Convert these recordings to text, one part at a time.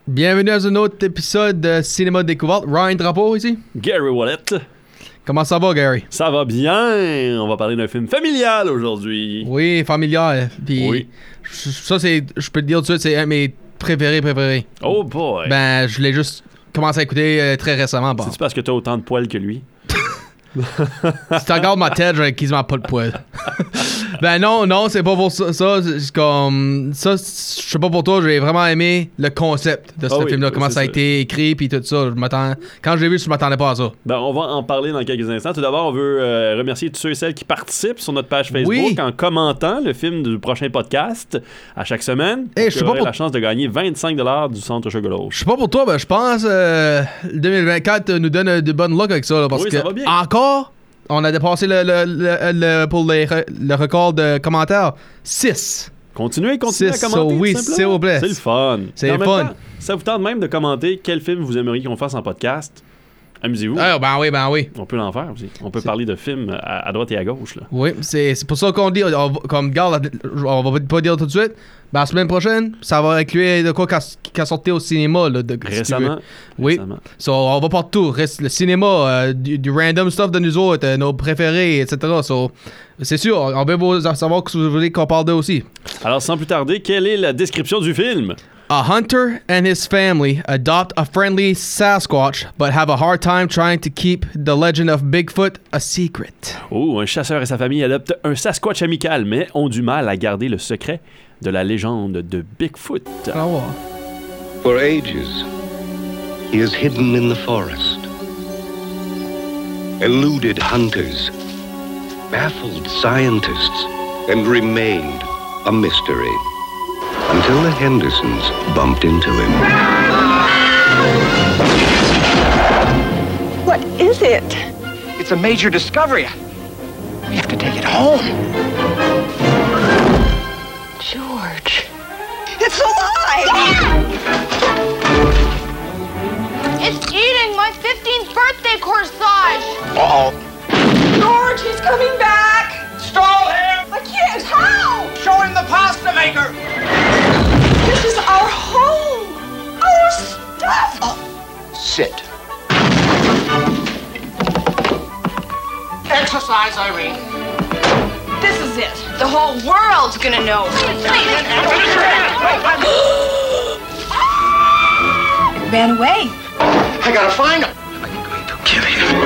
Bienvenue à un autre épisode de Cinéma Découverte. Ryan Drapeau ici. Gary Wallet. Comment ça va, Gary? Ça va bien. On va parler d'un film familial aujourd'hui. Oui, familial. Puis Oui. ça, c'est, je peux te dire tout de suite, c'est un de mes préférés. Oh boy. Ben, je l'ai juste commencé à écouter très récemment. Bon. C'est-tu parce que t'as autant de poils que lui? Si tu regardes ma tête, j'aurais quasiment pas de poils. Ben non, c'est pas pour ça. C'est comme ça, je sais pas pour toi, j'ai vraiment aimé le concept de ce film-là, comment ça a été écrit puis tout ça. Quand j'ai vu, je m'attendais pas à ça. Ben, on va en parler dans quelques instants. Tout d'abord, on veut remercier tous ceux et celles qui participent sur notre page Facebook en commentant le film du prochain podcast à chaque semaine. Hey, je sais pas la chance de gagner 25$ du Centre Sugarloaf. Je sais pas pour toi, ben je pense 2024 nous donne de bonnes luck avec ça, là, parce Oui, que ça va bien. encore on a dépassé pour le record de commentaires 6. Continuez à commenter. Oui, tout simplement. s'il vous plaît. C'est le fun. C'est Et en le même fun. temps, ça vous tente même de commenter quel film vous aimeriez qu'on fasse en podcast. Amusez-vous. Ah, ben oui. On peut l'en faire aussi. On peut parler de films à droite et à gauche. Là. Oui, c'est pour ça qu'on dit, comme garde, on va pas dire tout de suite. Ben, la semaine prochaine, ça va inclure de quoi qui a sorti au cinéma. Là, Récemment. Oui. Récemment. So, on va partout. Reste le cinéma, du random stuff de nous autres, nos préférés, etc. So, c'est sûr, on veut savoir que vous voulez qu'on parle d'eux aussi. Alors, sans plus tarder, quelle est la description du film? A hunter and his family adopt a friendly Sasquatch, but have a hard time trying to keep the legend of Bigfoot a secret. Oh, un chasseur et sa famille adoptent un Sasquatch amical, mais ont du mal à garder le secret de la légende de Bigfoot. Oh. For ages, he is hidden in the forest. Eluded hunters, baffled scientists, and remained a mystery. Until the Hendersons bumped into him. What is it? It's a major discovery. We have to take it home. George. It's alive! It's eating my 15th birthday corsage! Uh-oh. George, he's coming back! Stall him! I can't. How? Show him the pasta maker! This is our home! Our stuff! Sit. Exercise, Irene. This is it. The whole world's gonna know. It ran away. I gotta find him. I'm going to kill him.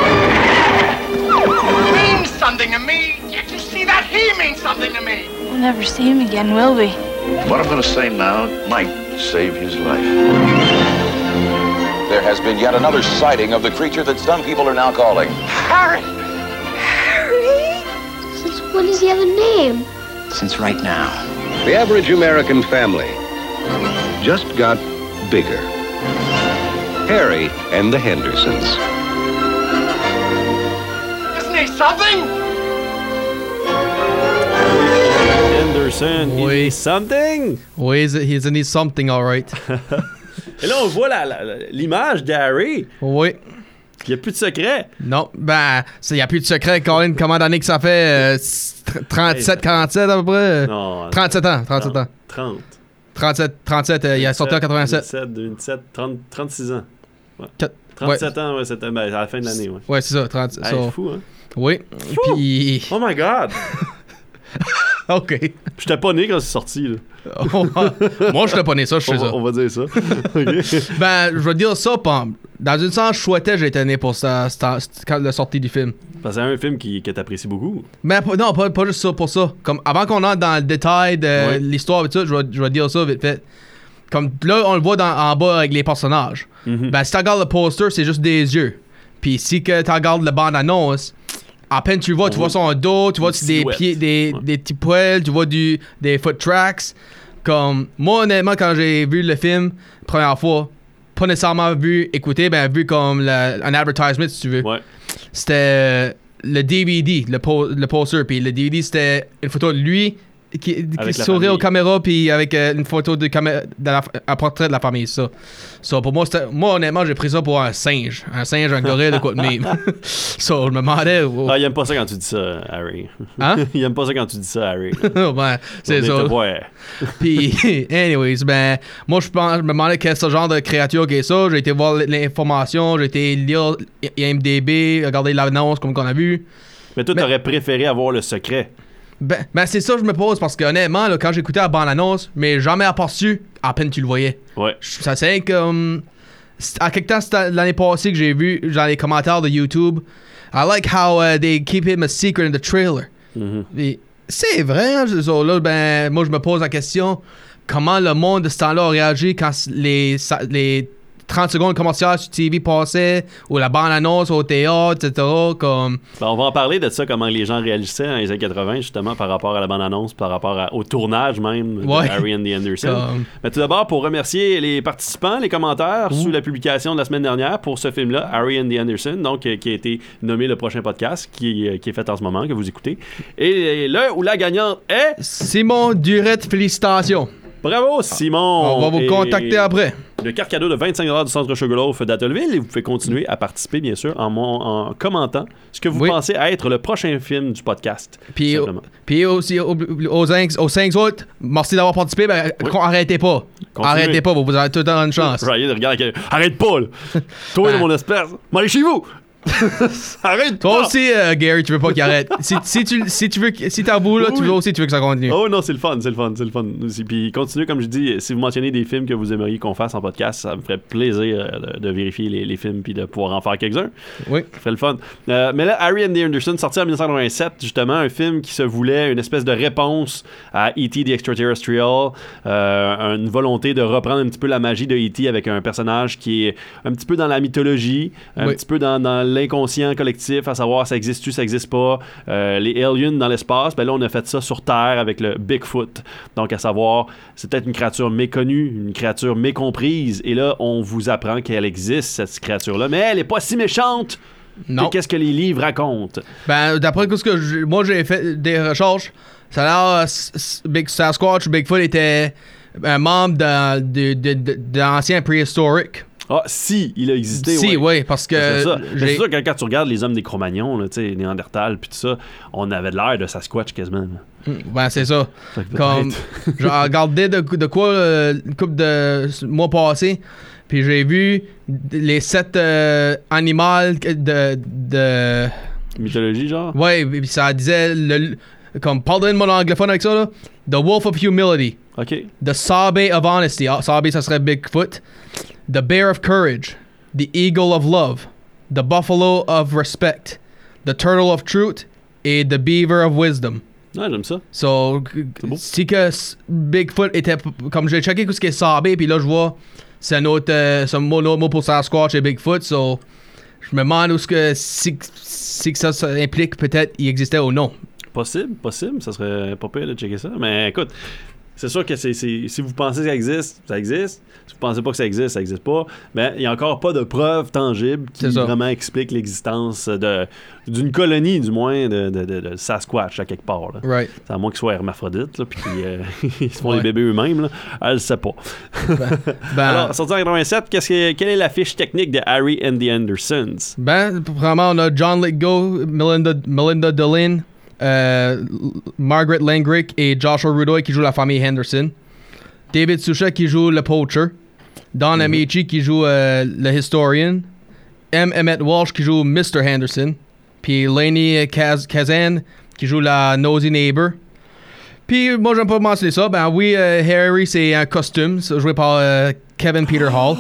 He means something to me. Can't you see that? He means something to me. We'll never see him again, will we? What I'm going to say now might save his life. There has been yet another sighting of the creature that some people are now calling Harry! Harry? Since when does he have a name? Since right now. The average American family just got bigger. Harry and the Hendersons. Isn't he something? Henderson, Oui. is something? Oui, he's in something, alright. Et là, on voit l'image d'Harry. Oui. Il n'y a plus de secret. Non, ben, il n'y a plus de secret, Colin. Combien d'années que ça fait? 37, 47 à peu près? Non. 37 ans. 30. 37, il a sorti en 87. 27, 36 ans. Ouais. 37 ans, ouais, c'était à la fin de l'année. Ouais, Ouais, c'est ça, 37. Hey, fou, hein? Oui. Puis. Oh my God! OK. J'étais pas né quand c'est sorti, là. Moi, je t'ai pas né ça, je sais ça. On va dire ça. OK. Ben, je vais dire ça, dans une sens, je souhaitais que j'étais né pour quand la sortie du film. Parce que c'est un film que t'apprécies beaucoup. Mais non, pas juste ça, pour ça. Comme, avant qu'on entre dans le détail de l'histoire et tout ça, je vais dire ça vite fait. Comme là, on le voit en bas avec les personnages. Ben, si tu regardes le poster, c'est juste des yeux. Puis si tu regardes le bande-annonce, à peine tu vois son dos, tu vois des pieds, des petits poils, tu vois des foot tracks. Comme, moi, honnêtement, quand j'ai vu le film, première fois, pas nécessairement vu comme un advertisement, si tu veux. Ouais. C'était le DVD, le poster. Puis le DVD, c'était une photo de lui qui sourit aux caméras puis avec une photo un portrait de la famille, ça. So, pour moi, honnêtement, j'ai pris ça pour un singe, un gorille de quoi de même. So, je me demandais. Ah, il aime pas ça quand tu dis ça, Harry. Hein? Il aime pas ça quand tu dis ça, Harry. Ben, c'est ça. Puis, anyways, ben, moi, je me demandais quel genre de créature qu'est ça. J'ai été voir l'information, j'ai été lire IMDb, regarder l'annonce comme qu'on a vu. Mais toi, t'aurais préféré avoir le secret. Ben, c'est ça que je me pose parce que honnêtement, là, quand j'écoutais la bande-annonce, mais jamais aperçu, à peine tu le voyais. Ouais. Ça c'est que à quelque temps, c'était l'année passée que j'ai vu dans les commentaires de YouTube. I like how they keep him a secret in the trailer. Mm-hmm. C'est vrai, hein, là, ben, moi je me pose la question, comment le monde de ce temps-là a réagi quand les 30 secondes commerciales sur TV passaient, ou la bande-annonce au théâtre, etc. Comme... Ben, on va en parler de ça, comment les gens réagissaient dans les années 80, justement, par rapport à la bande-annonce, par rapport au tournage même de Harry and the Anderson. Mais tout d'abord, pour remercier les participants, les commentaires sous la publication de la semaine dernière pour ce film-là, Harry and the Anderson, donc qui a été nommé le prochain podcast, qui est fait en ce moment, que vous écoutez. Et le ou la gagnante est... Simon Durette, félicitations. Bravo, Simon! On va vous contacter après. Le carte cadeau de 25$ du Centre Sugarloaf d'Atholville, et vous pouvez continuer à participer, bien sûr, en commentant ce que vous pensez être le prochain film du podcast. Puis aussi, aux 5 autres, merci d'avoir participé. Ben, arrêtez pas. Continuez. Arrêtez pas, vous avez tout le temps une chance. Ryan, regarde, arrête pas, là. Toi, mon espèce. Allez chez vous! Arrête pas! Toi aussi, Gary, tu veux pas qu'il arrête. Si t'as bout, là, tu veux que ça continue. Oh non, c'est le fun. Puis continue, comme je dis, si vous mentionnez des films que vous aimeriez qu'on fasse en podcast, ça me ferait plaisir de vérifier les films puis de pouvoir en faire quelques-uns. Oui. Ça ferait le fun. Mais là, Harry and the Anderson, sorti en 1987, justement, un film qui se voulait une espèce de réponse à E.T. the Extraterrestrial, une volonté de reprendre un petit peu la magie de E.T. avec un personnage qui est un petit peu dans la mythologie, un petit peu dans l'inconscient collectif, à savoir ça existe-tu, ça existe pas, les aliens dans l'espace, ben là on a fait ça sur Terre avec le Bigfoot, donc à savoir c'est peut-être une créature méconnue, une créature mécomprise, et là on vous apprend qu'elle existe, cette créature-là, mais elle est pas si méchante. Non. Qu'est-ce que les livres racontent? Ben, d'après ce que moi j'ai fait des recherches, ça a l'air Sasquatch, Bigfoot était un membre de l'ancien préhistorique. Ah, si, il a existé. Si, oui, parce que. C'est ça. C'est sûr que quand tu regardes les hommes des Cro-Magnons, tu sais, Néandertal, puis tout ça, on avait de l'air de Sasquatch quasiment. Ben, c'est ça. Comme. J'ai regardé de quoi une couple de mois passés, puis j'ai vu les 7 animaux de. Mythologie, genre? Ouais, puis ça disait. Comme, pardonne mon anglophone avec ça, là. The Wolf of Humility. OK. The Sabe of Honesty. Sabe, ça serait Bigfoot. The Bear of Courage. The Eagle of Love. The Buffalo of Respect. The Turtle of Truth. Et The Beaver of Wisdom. Ah, j'aime ça. So, si que Bigfoot était. Comme j'ai checké ce qui est Sabe, puis là, je vois. C'est un autre mot pour Sasquatch et Bigfoot. So, je me demande où si que ça implique peut-être il existait ou non. Possible, ça serait pas pire de checker ça. Mais écoute, c'est sûr que si vous pensez que ça existe, ça existe. Si vous pensez pas que ça existe pas. Mais il n'y a encore pas de preuves tangibles qui vraiment expliquent l'existence d'une colonie, du moins, de Sasquatch à quelque part. Là. Right. C'est à moins qu'ils soient hermaphrodites, puis qu'ils se font des bébés eux-mêmes. Là. Elle le sait pas. Alors, sorti en 87, quelle est la fiche technique de Harry and the Andersons? Ben, vraiment, on a John Lithgow, Melinda Delin, Margaret Langrick et Joshua Rudoy qui jouent la famille Henderson. David Suchet qui joue le Poacher. Don Amici qui joue le Historian. Emmett Walsh qui joue Mr. Henderson. Puis Lainey Kazan qui joue la Nosy Neighbor. Puis moi j'aime pas mentionner ça. Ben oui, Harry c'est un costume joué par Kevin Peter Hall.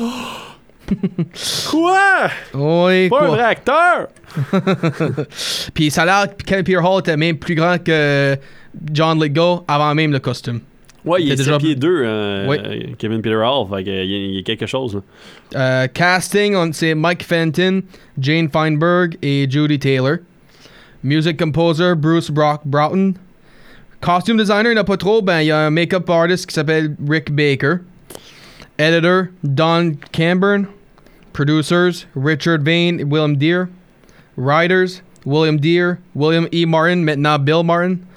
Quoi? Oui, pas quoi? Un vrai acteur? Puis ça a l'air que Kevin Peter Hall était même plus grand que John Lithgow avant même le costume. Ouais, il est 7 pieds 2, Kevin Peter Hall. Fait il y a quelque chose. Casting, c'est Mike Fenton, Jane Feinberg et Judy Taylor. Music composer, Bruce Broughton. Costume designer, il n'y en a pas trop. Ben, il y a un make-up artist qui s'appelle Rick Baker. Editor, Don Camburn. Producers, Richard Vane et William Deere. Writers, William Deere, William E. Martin, maintenant Bill Martin.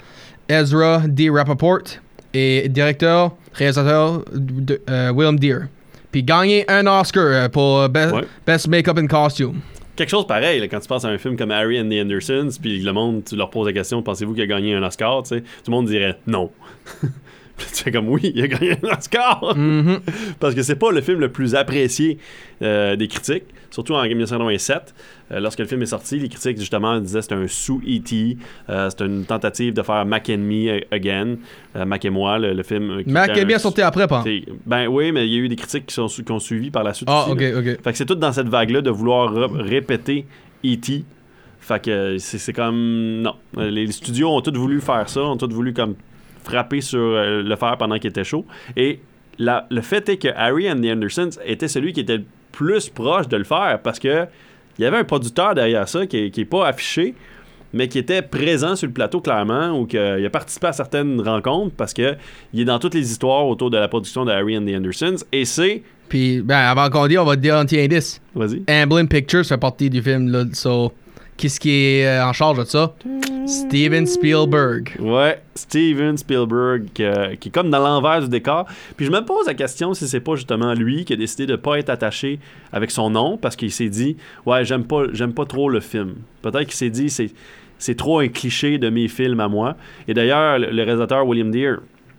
Ezra D. Rappaport et directeur, réalisateur William Deere. Puis gagné un Oscar pour Best Makeup and Costume. Quelque chose pareil, là, quand tu passes à un film comme Harry and the Andersons, puis le monde, tu leur poses la question, pensez-vous qu'il a gagné un Oscar, tu sais, tout le monde dirait non. Tu fais comme oui, il a gagné un Oscar. Parce que c'est pas le film le plus apprécié des critiques, surtout en 1997. Lorsque le film est sorti, les critiques justement disaient que c'était un sous-E.T. C'était une tentative de faire Mac and Me again. Mac et moi, le film. Mac and Me a sorti après, pas? Ben oui, mais il y a eu des critiques qui ont suivi par la suite. Ah, aussi, ok. Fait que c'est tout dans cette vague-là de vouloir répéter E.T. Fait que c'est comme. Non. Les studios ont tous voulu faire ça, ont tous voulu comme frapper sur le fer pendant qu'il était chaud. Et le fait est que Harry and the Andersons était celui qui était le plus proche de le faire parce que il y avait un producteur derrière ça qui est pas affiché, mais qui était présent sur le plateau clairement, ou qu'il a participé à certaines rencontres parce que il est dans toutes les histoires autour de la production de Harry and the Andersons. Et c'est... Puis, ben, avant qu'on dise, on va te dire un petit indice. Vas-y. Amblin Pictures fait partie du film, là. So, qu'est-ce qui est en charge de ça? Steven Spielberg. Ouais, Steven Spielberg, qui est comme dans l'envers du décor. Puis je me pose la question si c'est pas justement lui qui a décidé de pas être attaché avec son nom parce qu'il s'est dit ouais, j'aime pas trop le film. Peut-être qu'il s'est dit c'est trop un cliché de mes films à moi. Et d'ailleurs, le réalisateur William Deere,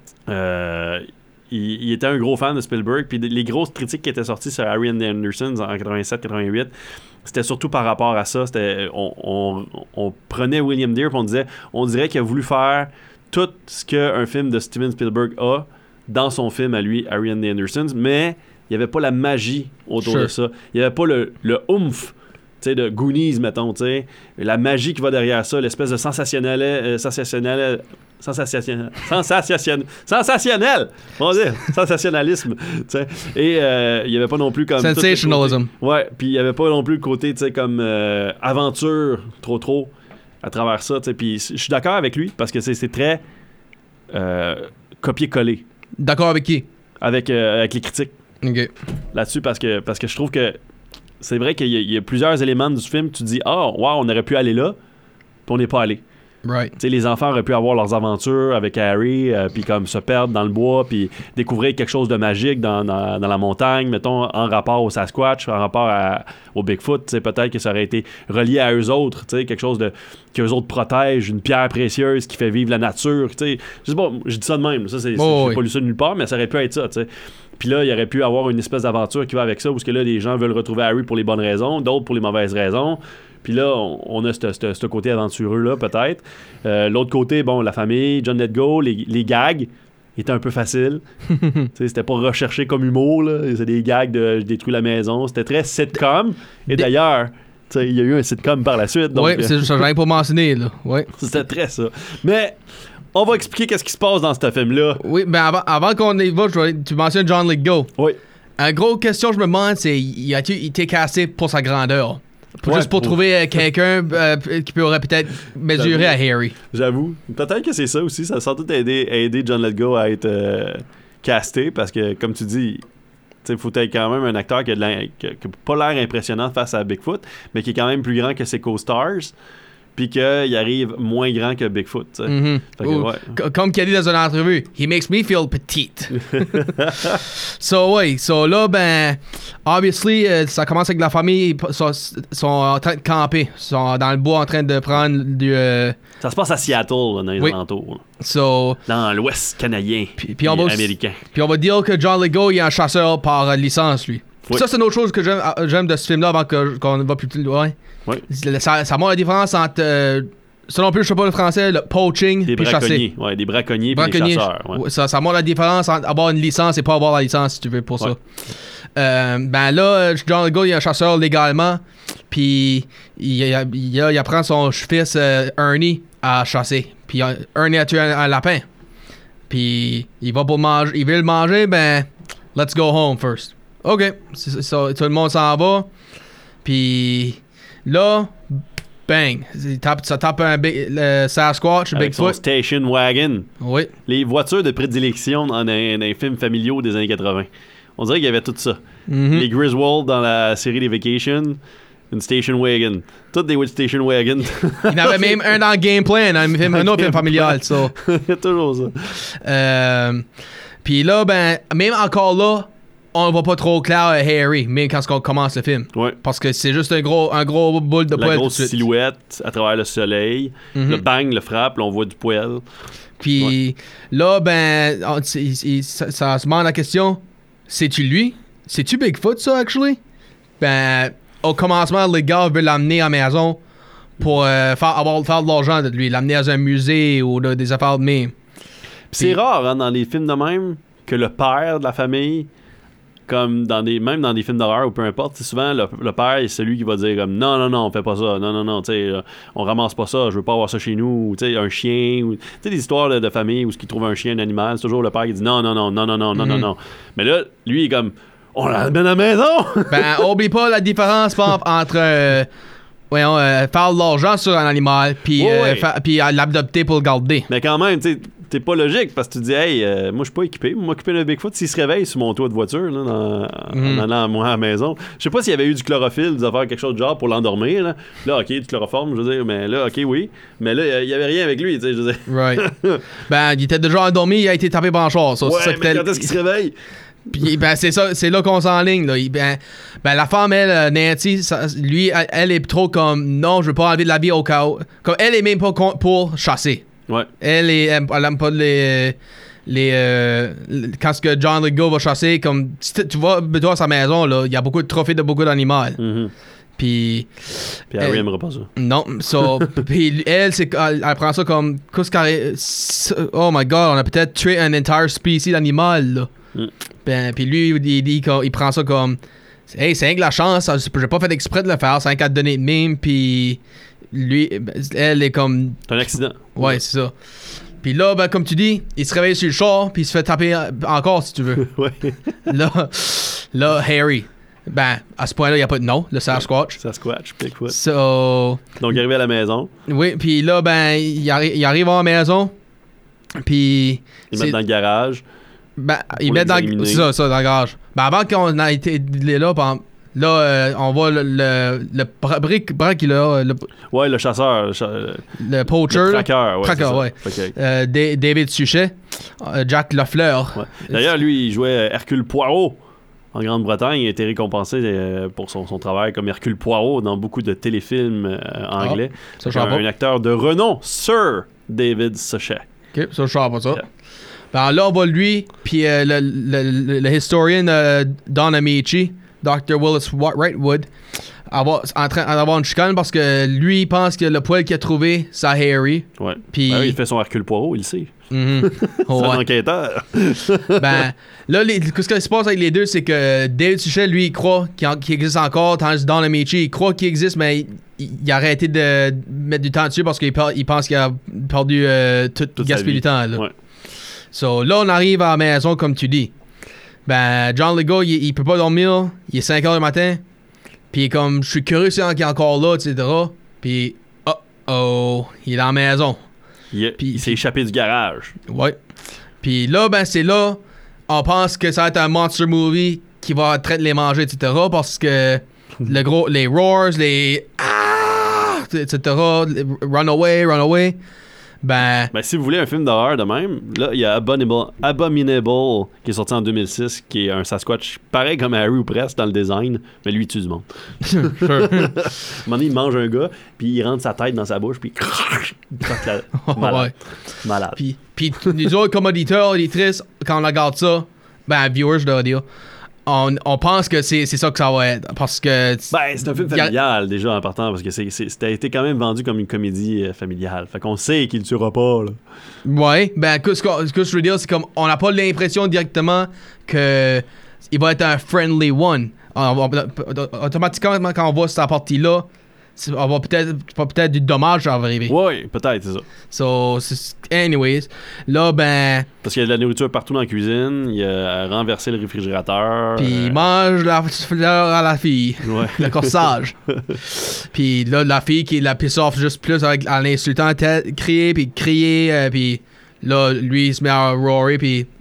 il était un gros fan de Spielberg. Puis les grosses critiques qui étaient sorties sur Harry and the Andersons en 87-88, c'était surtout par rapport à ça. On prenait William Deere et on dirait qu'il a voulu faire tout ce qu'un film de Steven Spielberg a dans son film à lui, Harry and the Andersons, mais il n'y avait pas la magie autour de ça. Il n'y avait pas le oomph de Goonies, mettons, la magie qui va derrière ça, l'espèce de sensationnel, on va dire, sensationnalisme, et il n'y avait pas non plus comme sensationalism. Ouais, puis il n'y avait pas non plus le côté, comme aventure trop à travers ça, puis je suis d'accord avec lui parce que c'est très copier-coller. D'accord avec qui? Avec les critiques. OK. Là-dessus parce que je trouve que c'est vrai qu'il y a plusieurs éléments du film, tu te dis wow, on aurait pu aller là, puis on n'est pas allé. Right. T'sais, les enfants auraient pu avoir leurs aventures avec Harry, puis comme se perdre dans le bois, puis découvrir quelque chose de magique dans la montagne, mettons, en rapport au Sasquatch, en rapport au Bigfoot. Peut-être que ça aurait été relié à eux autres, quelque chose qu'eux autres protègent, une pierre précieuse qui fait vivre la nature. Je sais pas, je dis ça de même, ça, j'ai pas lu ça nulle part, mais ça aurait pu être ça. T'sais. Puis là, il aurait pu avoir une espèce d'aventure qui va avec ça, où que là, les gens veulent retrouver Harry pour les bonnes raisons, d'autres pour les mauvaises raisons. Puis là, on a ce côté aventureux-là, peut-être. L'autre côté, bon, la famille, John Lithgow, les gags étaient un peu faciles. C'était pas recherché comme humour, là. C'est des gags de « je détruis la maison ». C'était très sitcom. Et d'ailleurs, il y a eu un sitcom par la suite. Oui, c'est ça, j'en ai pas mentionné, là. Ouais. C'était très ça. Mais... on va expliquer qu'est-ce qui se passe dans ce film-là. Oui, ben avant qu'on y va, tu mentionnes John Lithgow. Oui. Une grosse question, je me demande, c'est il était cassé pour sa grandeur. Juste pour trouver quelqu'un qui pourrait peut-être mesurer à Harry. J'avoue. Peut-être que c'est ça aussi. Ça a sans doute aidé John Lithgow à être casté parce que, comme tu dis, il faut être quand même un acteur qui a pas l'air impressionnant face à Bigfoot, mais qui est quand même plus grand que ses co-stars. Puis qu'il arrive moins grand que Bigfoot. Mm-hmm. Comme qu'il a dit dans une entrevue, he makes me feel petite. So là, ben, obviously, ça commence avec la famille, sont en train de camper, sont dans le bois en train de prendre du... Ça se passe à Seattle, là, dans les alentours. Dans l'ouest canadien puis américain. Puis on va dire que John Lithgow, il est un chasseur par licence, lui. Oui. Ça, c'est une autre chose que j'aime de ce film-là avant qu'on va plus loin. Oui. Ça montre la différence entre, selon plus, je sais pas le français, le poaching et chasser. Ouais, des braconniers et des chasseurs. Ouais. Ça montre la différence entre avoir une licence et pas avoir la licence, si tu veux, pour ça. Ben là, John Lithgow, il est un chasseur légalement, puis il apprend son fils Ernie à chasser. Puis Ernie a tué un lapin. Puis il va pour manger, il veut le manger, ben, let's go home first. OK. Tout le monde s'en va. Puis là, bang. Ça tape un Sasquatch, avec Bigfoot. Son station wagon. Oui. Les voitures de prédilection dans les films familiaux des années 80. On dirait qu'il y avait tout ça. Mm-hmm. Les Griswold dans la série des Vacations. Une station wagon. Toutes des station wagon. Il y en avait même un dans le game plan, un autre film familial. So. Toujours ça. Puis là, ben, même encore là, on voit pas trop clair Harry, même quand on commence le film. Ouais. Parce que c'est juste un gros boule de poil. La grosse silhouette à travers le soleil. Le bang, le frappe, là, on voit du poil. Puis là, ben, ça se demande la question, c'est-tu lui? C'est-tu Bigfoot, ça, actually? Ben, au commencement, les gars veulent l'amener à la maison pour faire de l'argent de lui, l'amener à un musée ou des affaires de même. C'est rare, hein, dans les films de même, que le père de la famille, comme même dans des films d'horreur ou peu importe, souvent le père est celui qui va dire comme non, on fait pas ça, non, tu sais, on ramasse pas ça, je veux pas avoir ça chez nous, ou tu sais, un chien, ou tu sais, des histoires de famille où ce qui trouve un chien, un animal, c'est toujours le père qui dit non. Mais là, lui, il est comme on l'amène à la maison! Ben, oublie pas la différence entre faire de l'argent sur un animal, puis l'adopter pour le garder. Mais quand même, tu sais, t'es pas logique parce que tu dis, hey, moi je suis pas équipé, m'occuper d'un Bigfoot, s'il se réveille sur mon toit de voiture, là, en allant moi à la maison. Je sais pas s'il y avait eu du chlorophylle, des affaires, quelque chose de genre pour l'endormir. Là, ok, du chloroforme, je veux dire, mais là, ok, oui. Mais là, il y avait rien avec lui, tu sais, je veux dire. Right. Ben, il était déjà endormi, il a été tapé par un char. Ouais, mais quand est-ce qu'il se réveille? Puis ben c'est ça, c'est là qu'on s'enligne là. Ben la femme elle Nancy, lui elle est trop comme non, je veux pas enlever de la vie au cas où. Comme elle est même pas pour chasser. Ouais. Elle aime pas quand ce que John Lithgow va chasser, comme si tu vas à sa maison là, il y a beaucoup de trophées de beaucoup d'animaux. Puis Harry aimera pas ça. Non, puis elle prend ça comme oh my god, on a peut-être tué une entire species d'animal là. Ben, puis lui, il prend ça comme hey, c'est rien que la chance, j'ai pas fait exprès de le faire, c'est rien qu'à te donner de même, puis lui, elle est comme. C'est un accident. Ouais, c'est ça. Puis là, ben, comme tu dis, il se réveille sur le char, puis il se fait taper encore, si tu veux. Ouais. Là, Harry. Ben, à ce point-là, il n'y a pas de nom, le Sasquatch. Sasquatch, Bigfoot. So. Donc, il arrive à la maison. Oui, puis là, ben, il arrive à la maison, puis. Ils mettent dans le garage. Ben, ils mettent dans le garage. Ben, avant qu'on ait été là, on voit le braque qu'il a. Ouais, le chasseur. Le poacher. Le tracker, ouais. Okay. David Suchet. Jack Lafleur. Ouais. D'ailleurs, lui, il jouait Hercule Poirot en Grande-Bretagne. Il a été récompensé pour son travail comme Hercule Poirot dans beaucoup de téléfilms anglais. Un acteur de renom, Sir David Suchet. Ok, ça, je sais pas ça. Yeah. Ben, là, on voit lui, puis le historien Don Amici, Dr. Willis Wrightwood, en train d'avoir une chicane parce que lui, il pense que le poil qu'il a trouvé, c'est Harry. Ouais. Puis il fait son Hercule Poirot, il le sait. C'est un enquêteur. Ben, là, ce qui se passe avec les deux, c'est que David Suchet, lui, il croit qu'il existe encore, tandis que Don Amici, il croit qu'il existe, mais il a arrêté de mettre du temps dessus parce qu'il pense qu'il a perdu tout gaspillé du temps. Là. Ouais. So, là, on arrive à la maison, comme tu dis. Ben, John Lithgow, il peut pas dormir. Il est 5h du matin. Puis, comme, je suis curieux s'il est encore là, etc. Puis, il est à la maison. Il s'est échappé du garage. Ouais. Puis là, ben, c'est là, on pense que ça va être un monster movie qui va traiter les manger, etc. Parce que les roars, les etc. Runaway. Ben, si vous voulez un film d'horreur de même, là, il y a Abominable qui est sorti en 2006, qui est un Sasquatch pareil comme Harry ou presque dans le design, mais lui, il tue du monde. Sure. À un moment donné, il mange un gars, puis il rentre sa tête dans sa bouche, puis il croque la... Malade. Ouais. Malade. Puis les autres comme auditeurs, auditrices, quand on regarde ça, ben, viewers, je dois dire, on pense que c'est ça que ça va être. Parce que. Ben, c'est un film familial, déjà, en partant, parce que ça a été quand même vendu comme une comédie familiale. Fait qu'on sait qu'il ne tuera pas, là. Ouais, ben, ce que je veux dire, c'est comme, on n'a pas l'impression directement que il va être un friendly one. Automatiquement, quand on voit cette partie-là, on va peut-être du dommage à arriver. Oui, peut-être, c'est ça. So, anyways, là, ben. Parce qu'il y a de la nourriture partout dans la cuisine, il a renversé le réfrigérateur. Puis il mange la fleur à la fille. Ouais. Le corsage. Puis là, la fille qui la pisse off juste plus en l'insultant, crier, puis là, lui, il se met à roarer, puis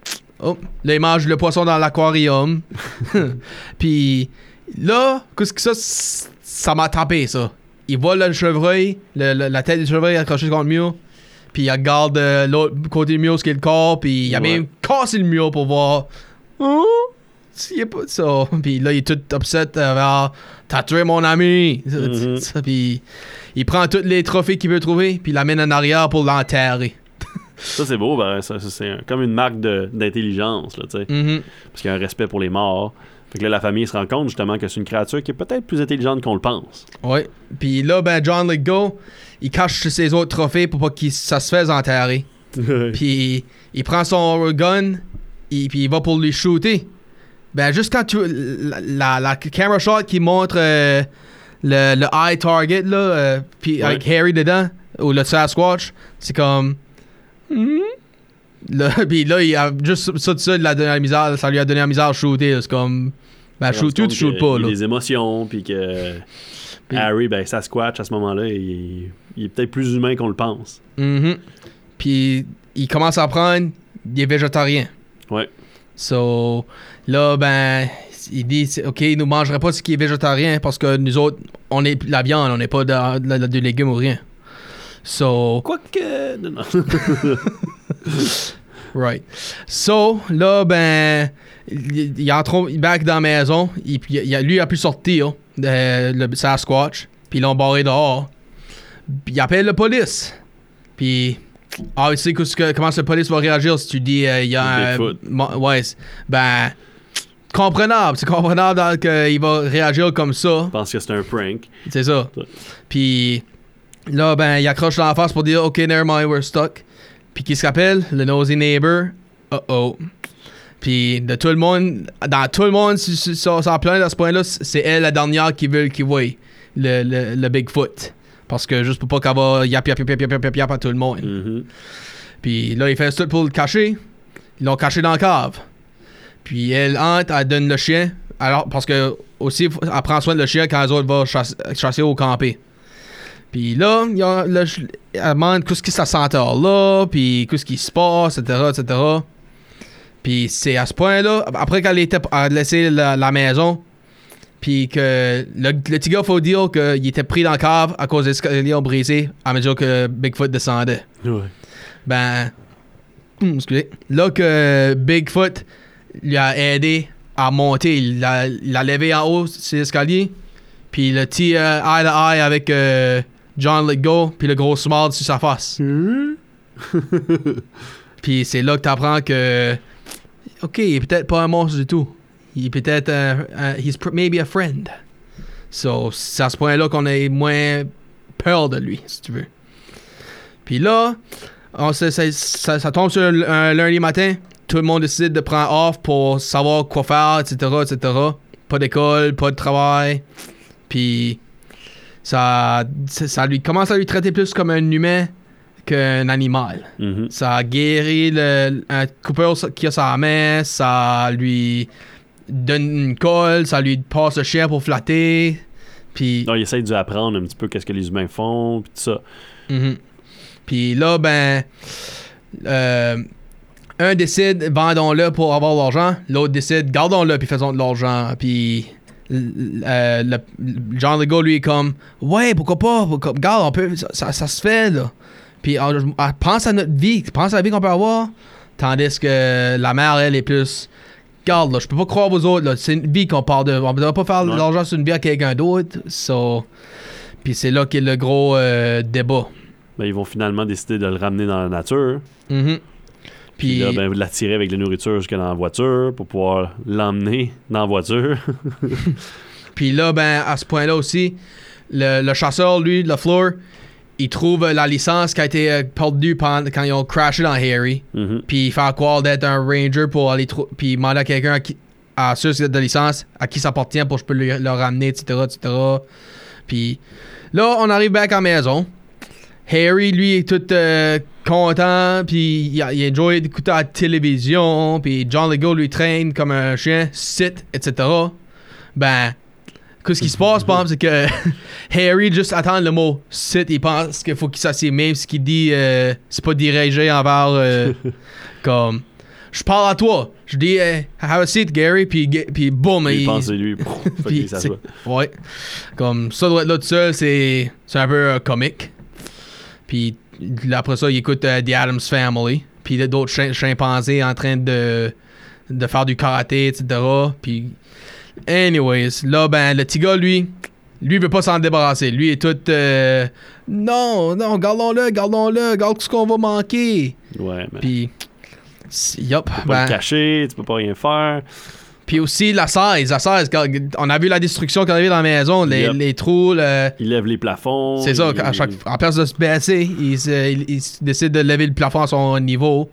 Oh, là, il mange le poisson dans l'aquarium. Puis là, qu'est-ce que ça m'a tapé, ça. Il voit le chevreuil, la tête du chevreuil accrochée contre le mur. Puis il regarde l'autre côté du mur, ce qui est le corps. Puis il a même cassé le mur pour voir. Oh, il est pas ça. Puis là, il est tout upset. T'as tué mon ami. Puis il prend tous les trophées qu'il veut trouver. Puis il l'amène en arrière pour l'enterrer. Ça, c'est beau. Ben, ça, c'est comme une marque d'intelligence, là, tu sais. Parce qu'il y a un respect pour les morts. Fait que là, la famille se rend compte justement que c'est une créature qui est peut-être plus intelligente qu'on le pense. Ouais. Puis là, ben, John Lithgow, il cache ses autres trophées pour pas que ça se fasse enterrer. Puis il prend son gun, puis il va pour lui shooter. Ben, juste quand la camera shot qui montre le eye target, là, puis avec Harry dedans, ou le Sasquatch, c'est comme. Puis là, il a juste ça, ça lui a donné la misère à shooter. C'est comme. Ben, shoot tu shoot pas. Il y a là. des émotions, puis que Harry, ben, Sasquatch, à ce moment-là, il est peut-être plus humain qu'on le pense. Puis il commence à apprendre, il est végétarien. Ouais. So, là, ben, il dit, OK, il nous mangerait pas ce qui est végétarien parce que nous autres, on est la viande, on n'est pas de légumes ou rien. So. Quoique. Non. Right. So, là, ben, il entre back dans la maison. Lui, il a pu sortir, le Sasquatch. Puis ils l'ont barré dehors. Puis il appelle la police. Puis, il sait comment la police va réagir si tu dis, il y a un. Ouais, ben, comprenable. C'est comprenable qu'il va réagir comme ça. Je pense que c'est un prank. C'est ça. Puis, là, ben, il accroche dans la face pour dire, OK, never mind, we're stuck. Puis qui s'appelle? Le nosy neighbor. Puis dans tout le monde, ça plaint à ce point-là, c'est elle la dernière qui veut qu'il voie le Bigfoot. Parce que juste pour pas qu'elle va yap à tout le monde. Puis là, il fait tout pour le cacher. Ils l'ont caché dans la cave. Puis elle entre, elle donne le chien. Alors, parce que aussi, elle prend soin de le chien quand les autres vont chasser au campé. Puis là, elle demande qu'est-ce qui ça senteur là, puis qu'est-ce qui se passe, etc. Puis c'est à ce point-là, après qu'elle a laissé la maison, puis que le petit gars, faut dire qu'il était pris dans la cave à cause des escaliers brisés à mesure que Bigfoot descendait. Ouais. Ben, excusez. Là que Bigfoot lui a aidé à monter, il l'a levé en haut sur l'escalier, puis le petit eye to eye avec John Lithgow, puis le gros smile sur sa face. Puis c'est là que t'apprends que, OK, il est peut-être pas un monstre du tout. Il est peut-être he's maybe a friend. So, c'est à ce point-là qu'on a moins peur de lui, si tu veux. Puis là, ça tombe sur un lundi matin. Tout le monde décide de prendre off pour savoir quoi faire, etc. Pas d'école, pas de travail. Puis ça lui commence à lui traiter plus comme un humain qu'un animal. Ça a guéri un coupeur qui a sa main, ça lui donne une colle, ça lui passe le chien pour flatter. Puis il essaie de lui apprendre un petit peu qu'est-ce que les humains font, puis tout ça. Puis là, ben, un décide, vendons-le pour avoir de l'argent. L'autre décide, gardons-le puis faisons de l'argent. Puis John Lithgow, lui, est comme, ouais, pourquoi pas? Regarde, on peut, ça se fait, là. Puis pense à notre vie, pense à la vie qu'on peut avoir. Tandis que la mère, elle, est plus, regarde, là, je peux pas croire vous autres, là. C'est une vie qu'on parle de. On ne devrait pas faire de l'argent sur une vie à quelqu'un d'autre. So, puis c'est là qu'est le gros débat. Ben, ils vont finalement décider de le ramener dans la nature. Puis là, ben, l'attirer avec la nourriture jusqu'à dans la voiture pour pouvoir l'emmener dans la voiture. Puis là, ben, à ce point-là aussi, le chasseur, lui, LaFleur, il trouve la licence qui a été perdue quand ils ont crashé dans Harry. Puis il fait croire d'être un ranger pour aller puis il demande à quelqu'un à ceux de licence à qui ça appartient pour que je peux le ramener, etc. Puis là, on arrive back à la maison. Harry, lui, est tout content, puis il enjoy d'écouter la télévision, puis John Lithgow lui traîne comme un chien, sit, etc. Ben, qu'est-ce qui se passe, par exemple, c'est que Harry juste attend le mot sit, il pense qu'il faut qu'il s'assied, même ce qu'il dit, c'est pas dirigé envers comme je parle à toi. Je dis, hey, have a seat, Gary, puis boum. Il pense c'est lui. Puis, ouais. Comme ça doit être là tout seul, c'est un peu comique. Puis après ça, il écoute The Addams Family. Puis il y a d'autres chimpanzés en train de faire du karaté, etc. Puis, anyways, là, ben, le petit gars, lui, veut pas s'en débarrasser. Lui est tout, non, gardons-le, regarde ce qu'on va manquer. Ouais, mais. Puis, yup. Tu peux pas le cacher, tu peux pas rien faire. Puis aussi, la 16, on a vu la destruction qui est arrivée dans la maison, les trous. Il lève les plafonds. C'est ça, en place de se baisser, il décide de lever le plafond à son niveau.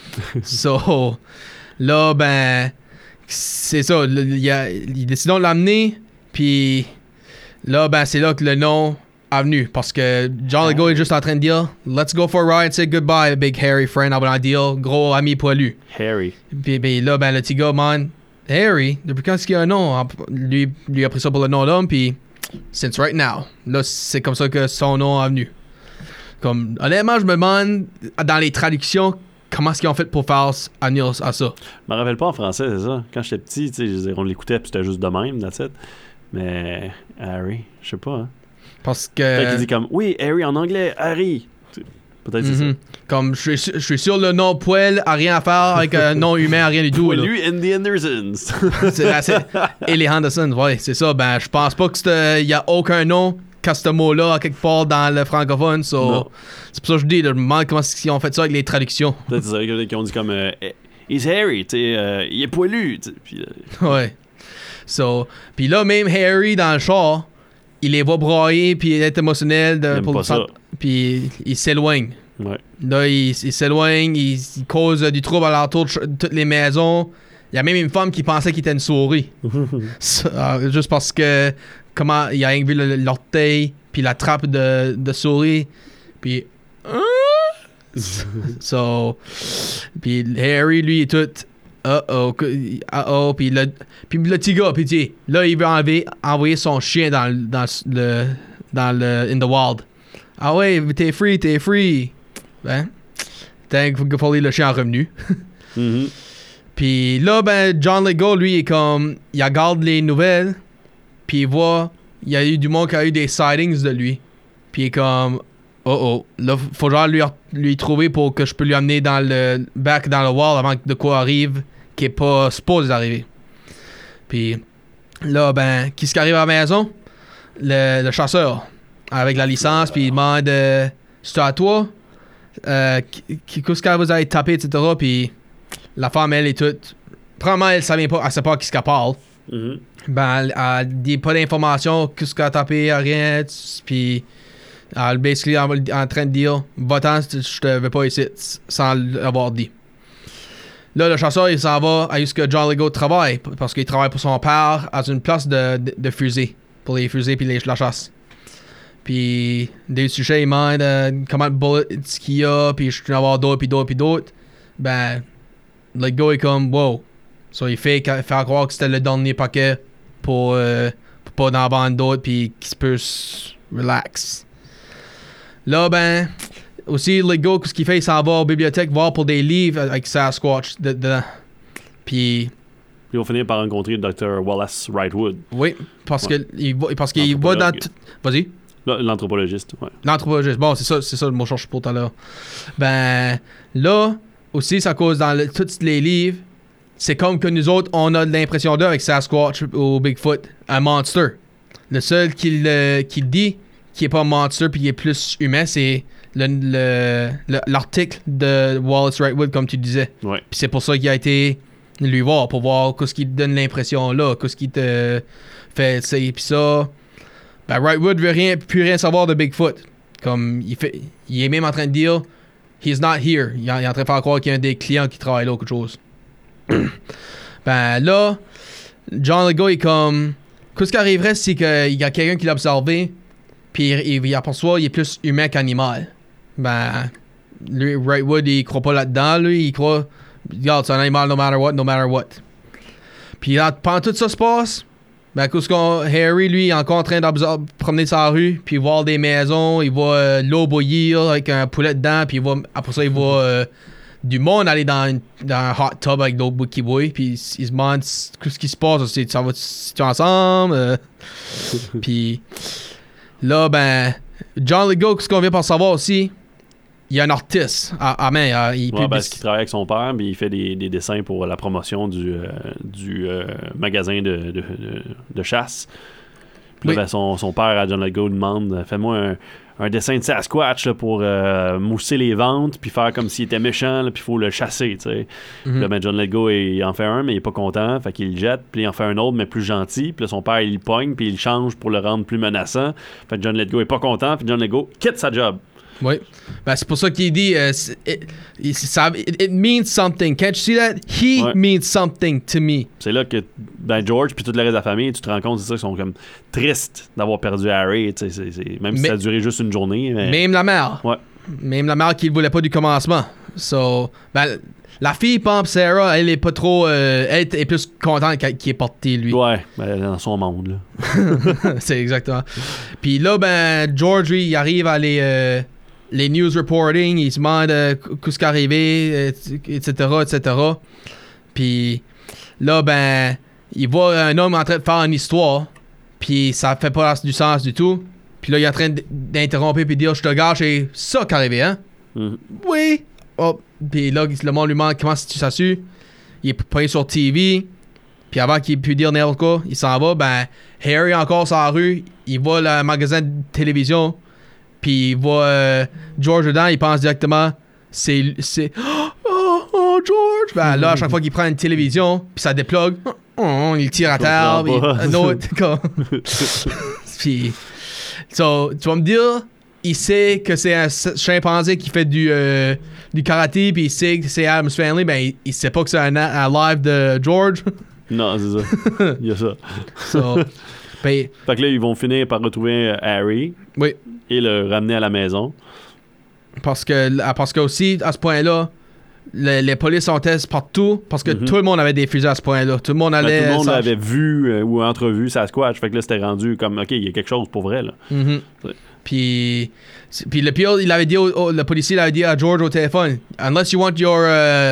So, là, ben, c'est ça, il décide de l'amener, puis là, ben, c'est là que le nom est venu, parce que John Lithgow est juste en train de dire « Let's go for a ride, say goodbye, big hairy friend, I will deal, gros ami poilu. » Harry. Puis là, ben, le petit gars, man, Harry, depuis quand est-ce qu'il y a un nom? Lui a pris ça pour le nom d'homme, puis since right now. Là, c'est comme ça que son nom est venu. Comme, honnêtement, je me demande, dans les traductions, comment est-ce qu'ils ont fait pour faire amener à ça? Je me rappelle pas en français, c'est ça. Quand j'étais petit, tu sais, on l'écoutait, puis c'était juste de même, that's it. Mais Harry, je sais pas, hein. Parce que... Peut-être qu'il dit comme, oui, Harry en anglais, Harry. Peut-être c'est ça. Comme, je suis sûr le nom poêle a rien à faire avec un nom humain, a rien du tout. Lui, Andy Anderson. Et les Henderson, ouais, c'est ça. Ben, je pense pas qu'il y a aucun nom qu'à ce mot-là, à quelque part dans le francophone. So, c'est pour ça que je dis, je me demande comment ils ont fait ça avec les traductions. Peut-être c'est ça qu'ils ont dit comme, he's Harry, tu sais, il est poilu. Puis, ouais. So, puis là, même Harry, dans le char, il les voit brailler, puis il est émotionnel. Puis il s'éloigne. Ouais. Là, il s'éloigne, il cause du trouble alentour de toutes les maisons. Il y a même une femme qui pensait qu'il était une souris. Juste parce que, comment, il a vu l'orteil, puis la trappe de souris, puis... So, puis Harry, lui, est tout... puis le petit gars, puis là, il veut envoyer son chien dans le in the wild. Ah ouais, t'es free. Ben, thankfully, le chien est revenu. Puis là, ben, John Lithgow, lui, est comme, il regarde les nouvelles, puis il voit, il y a eu du monde qui a eu des sightings de lui. Puis il est comme, là, faut genre lui trouver pour que je peux lui amener dans le wall avant que de quoi arrive, qui est pas supposé d'arriver. Puis là, ben, qui arrive à la maison? Le chasseur, avec la licence, puis il demande, c'est à toi? Qu'est-ce qu'elle vous a tapé, etc. Puis la femme, elle est toute... Premièrement, elle sait pas qui qu'elle parle. Ben, elle dit pas d'informations, qu'est-ce qu'elle a tapé, rien, puis... Elle basically en train de dire va-t'en, je te veux pas ici, sans l'avoir dit. Là, le chasseur, il s'en va à où que John Lithgow travaille, parce qu'il travaille pour son père à une place de fusées, pour les fusées puis la chasse. Puis, des sujets, il demande comment de bullets qu'il y a, puis je peux en avoir d'autres. Ben, Lithgow est comme wow. So, il fait croire que c'était le dernier paquet pour pas en vendre d'autres, puis qu'il se peut relax. Là, ben, aussi, Lithgow, ce qu'il fait, il s'en va aux bibliothèques voir pour des livres avec Sasquatch dedans. Puis ils vont finir par rencontrer le Dr. Wallace Wrightwood. Oui, parce qu'il va dans... Vas-y. L'anthropologiste, ouais. L'anthropologiste, bon, c'est ça le mot cherche pour tout à l'heure. Ben, là, aussi, ça cause dans tous les livres, c'est comme que nous autres, on a l'impression d'eux avec Sasquatch ou Bigfoot, un monster. Le seul qui dit... qui est pas un monster puis qui est plus humain, c'est l'article de Wallace Wrightwood, comme tu disais. Ouais. Puis c'est pour ça qu'il a été lui voir, pour voir qu'est-ce qui te donne l'impression là, qu'est-ce qui te fait, tu sais. Puis ça, ben Wrightwood veut plus rien savoir de Bigfoot. Comme, il est même en train de dire « He's not here ». Il est en train de faire croire qu'il y a un des clients qui travaille là ou quelque chose. Ben là, John Lithgow est comme... Qu'est-ce qui arriverait si il y a quelqu'un qui l'a observé puis il aperçoit il est plus humain qu'animal. Ben, lui, Wrightwood, il croit pas là-dedans, lui, il croit, regarde, c'est un animal no matter what. Puis là, pendant tout ça se passe, ben, Harry, lui, est encore en train de promener sur la rue, puis voir des maisons, il voit l'eau bouillir avec un poulet dedans, puis après ça, il voit du monde aller dans un hot tub avec d'autres Wookiee Boys, puis ils se demandent ce qui se passe, ça va-tu ensemble? Puis là, ben, John Lithgow, ce qu'on vient par savoir aussi, il y a un artiste à main. Il parce qu'il travaille avec son père, puis il fait des dessins pour la promotion du magasin de chasse. Puis là, ben, son père, à John Lithgow, demande fais-moi un dessin de Sasquatch là, pour mousser les ventes, puis faire comme s'il était méchant, puis il faut le chasser. T'sais. Puis là, ben, John Lithgow, il en fait un, mais il est pas content, fait qu'il le jette, puis il en fait un autre, mais plus gentil. Puis là, son père, il le pogne, puis il le change pour le rendre plus menaçant. Fait que John Lithgow est pas content, puis John Lithgow quitte sa job. Oui. Ben, c'est pour ça qu'il dit it means something. Can't you see that? He means something to me. C'est là que ben George puis tout le reste de la famille, tu te rends compte, c'est ça, qu'ils sont comme tristes d'avoir perdu Harry. Même si ça a duré juste une journée. Mais... Même la mère. Ouais. Même la mère qui ne voulait pas du commencement. So, ben, la fille, Pomp Sarah, elle est pas trop. Elle est plus contente qu'il ait porté lui. Ouais, ben, dans son monde, là. C'est exactement. Puis là, ben, George, lui, il arrive à les news reporting, il se demande qu'est-ce qui est arrivé, etc., etc. Puis là, ben, il voit un homme en train de faire une histoire, puis ça fait pas du sens du tout. Puis là, il est en train d'interrompre puis dire, je te regarde, c'est ça qui est arrivé, hein? Oui. Oh. Puis là, le monde lui demande comment tu ça su. Il est pris sur TV. Puis avant qu'il puisse dire n'importe quoi, il s'en va. Ben, Harry encore sur la rue, il voit le magasin de télévision. Puis il voit George dedans, il pense directement c'est oh George. Ben là, à chaque fois qu'il prend une télévision, puis ça déplugue, il tire à terre, puis un autre comme. Puis so, tu vas me dire, il sait que c'est un chimpanzé qui fait du karaté, puis il sait que c'est Addams Family, ben il sait pas que c'est un live de George. Non, c'est ça. Il y a ça. So, ben, fait que là, ils vont finir par retrouver Harry. Oui. Et le ramener à la maison. Parce que aussi, à ce point-là, les polices sont testés partout, parce que tout le monde avait des fusils à ce point-là. Tout le monde allait... tout le monde avait vu ou entrevu Sasquatch. Fait que là, c'était rendu comme, OK, il y a quelque chose pour vrai, là. Puis le pire, il avait dit le policier avait dit à George au téléphone, unless you want your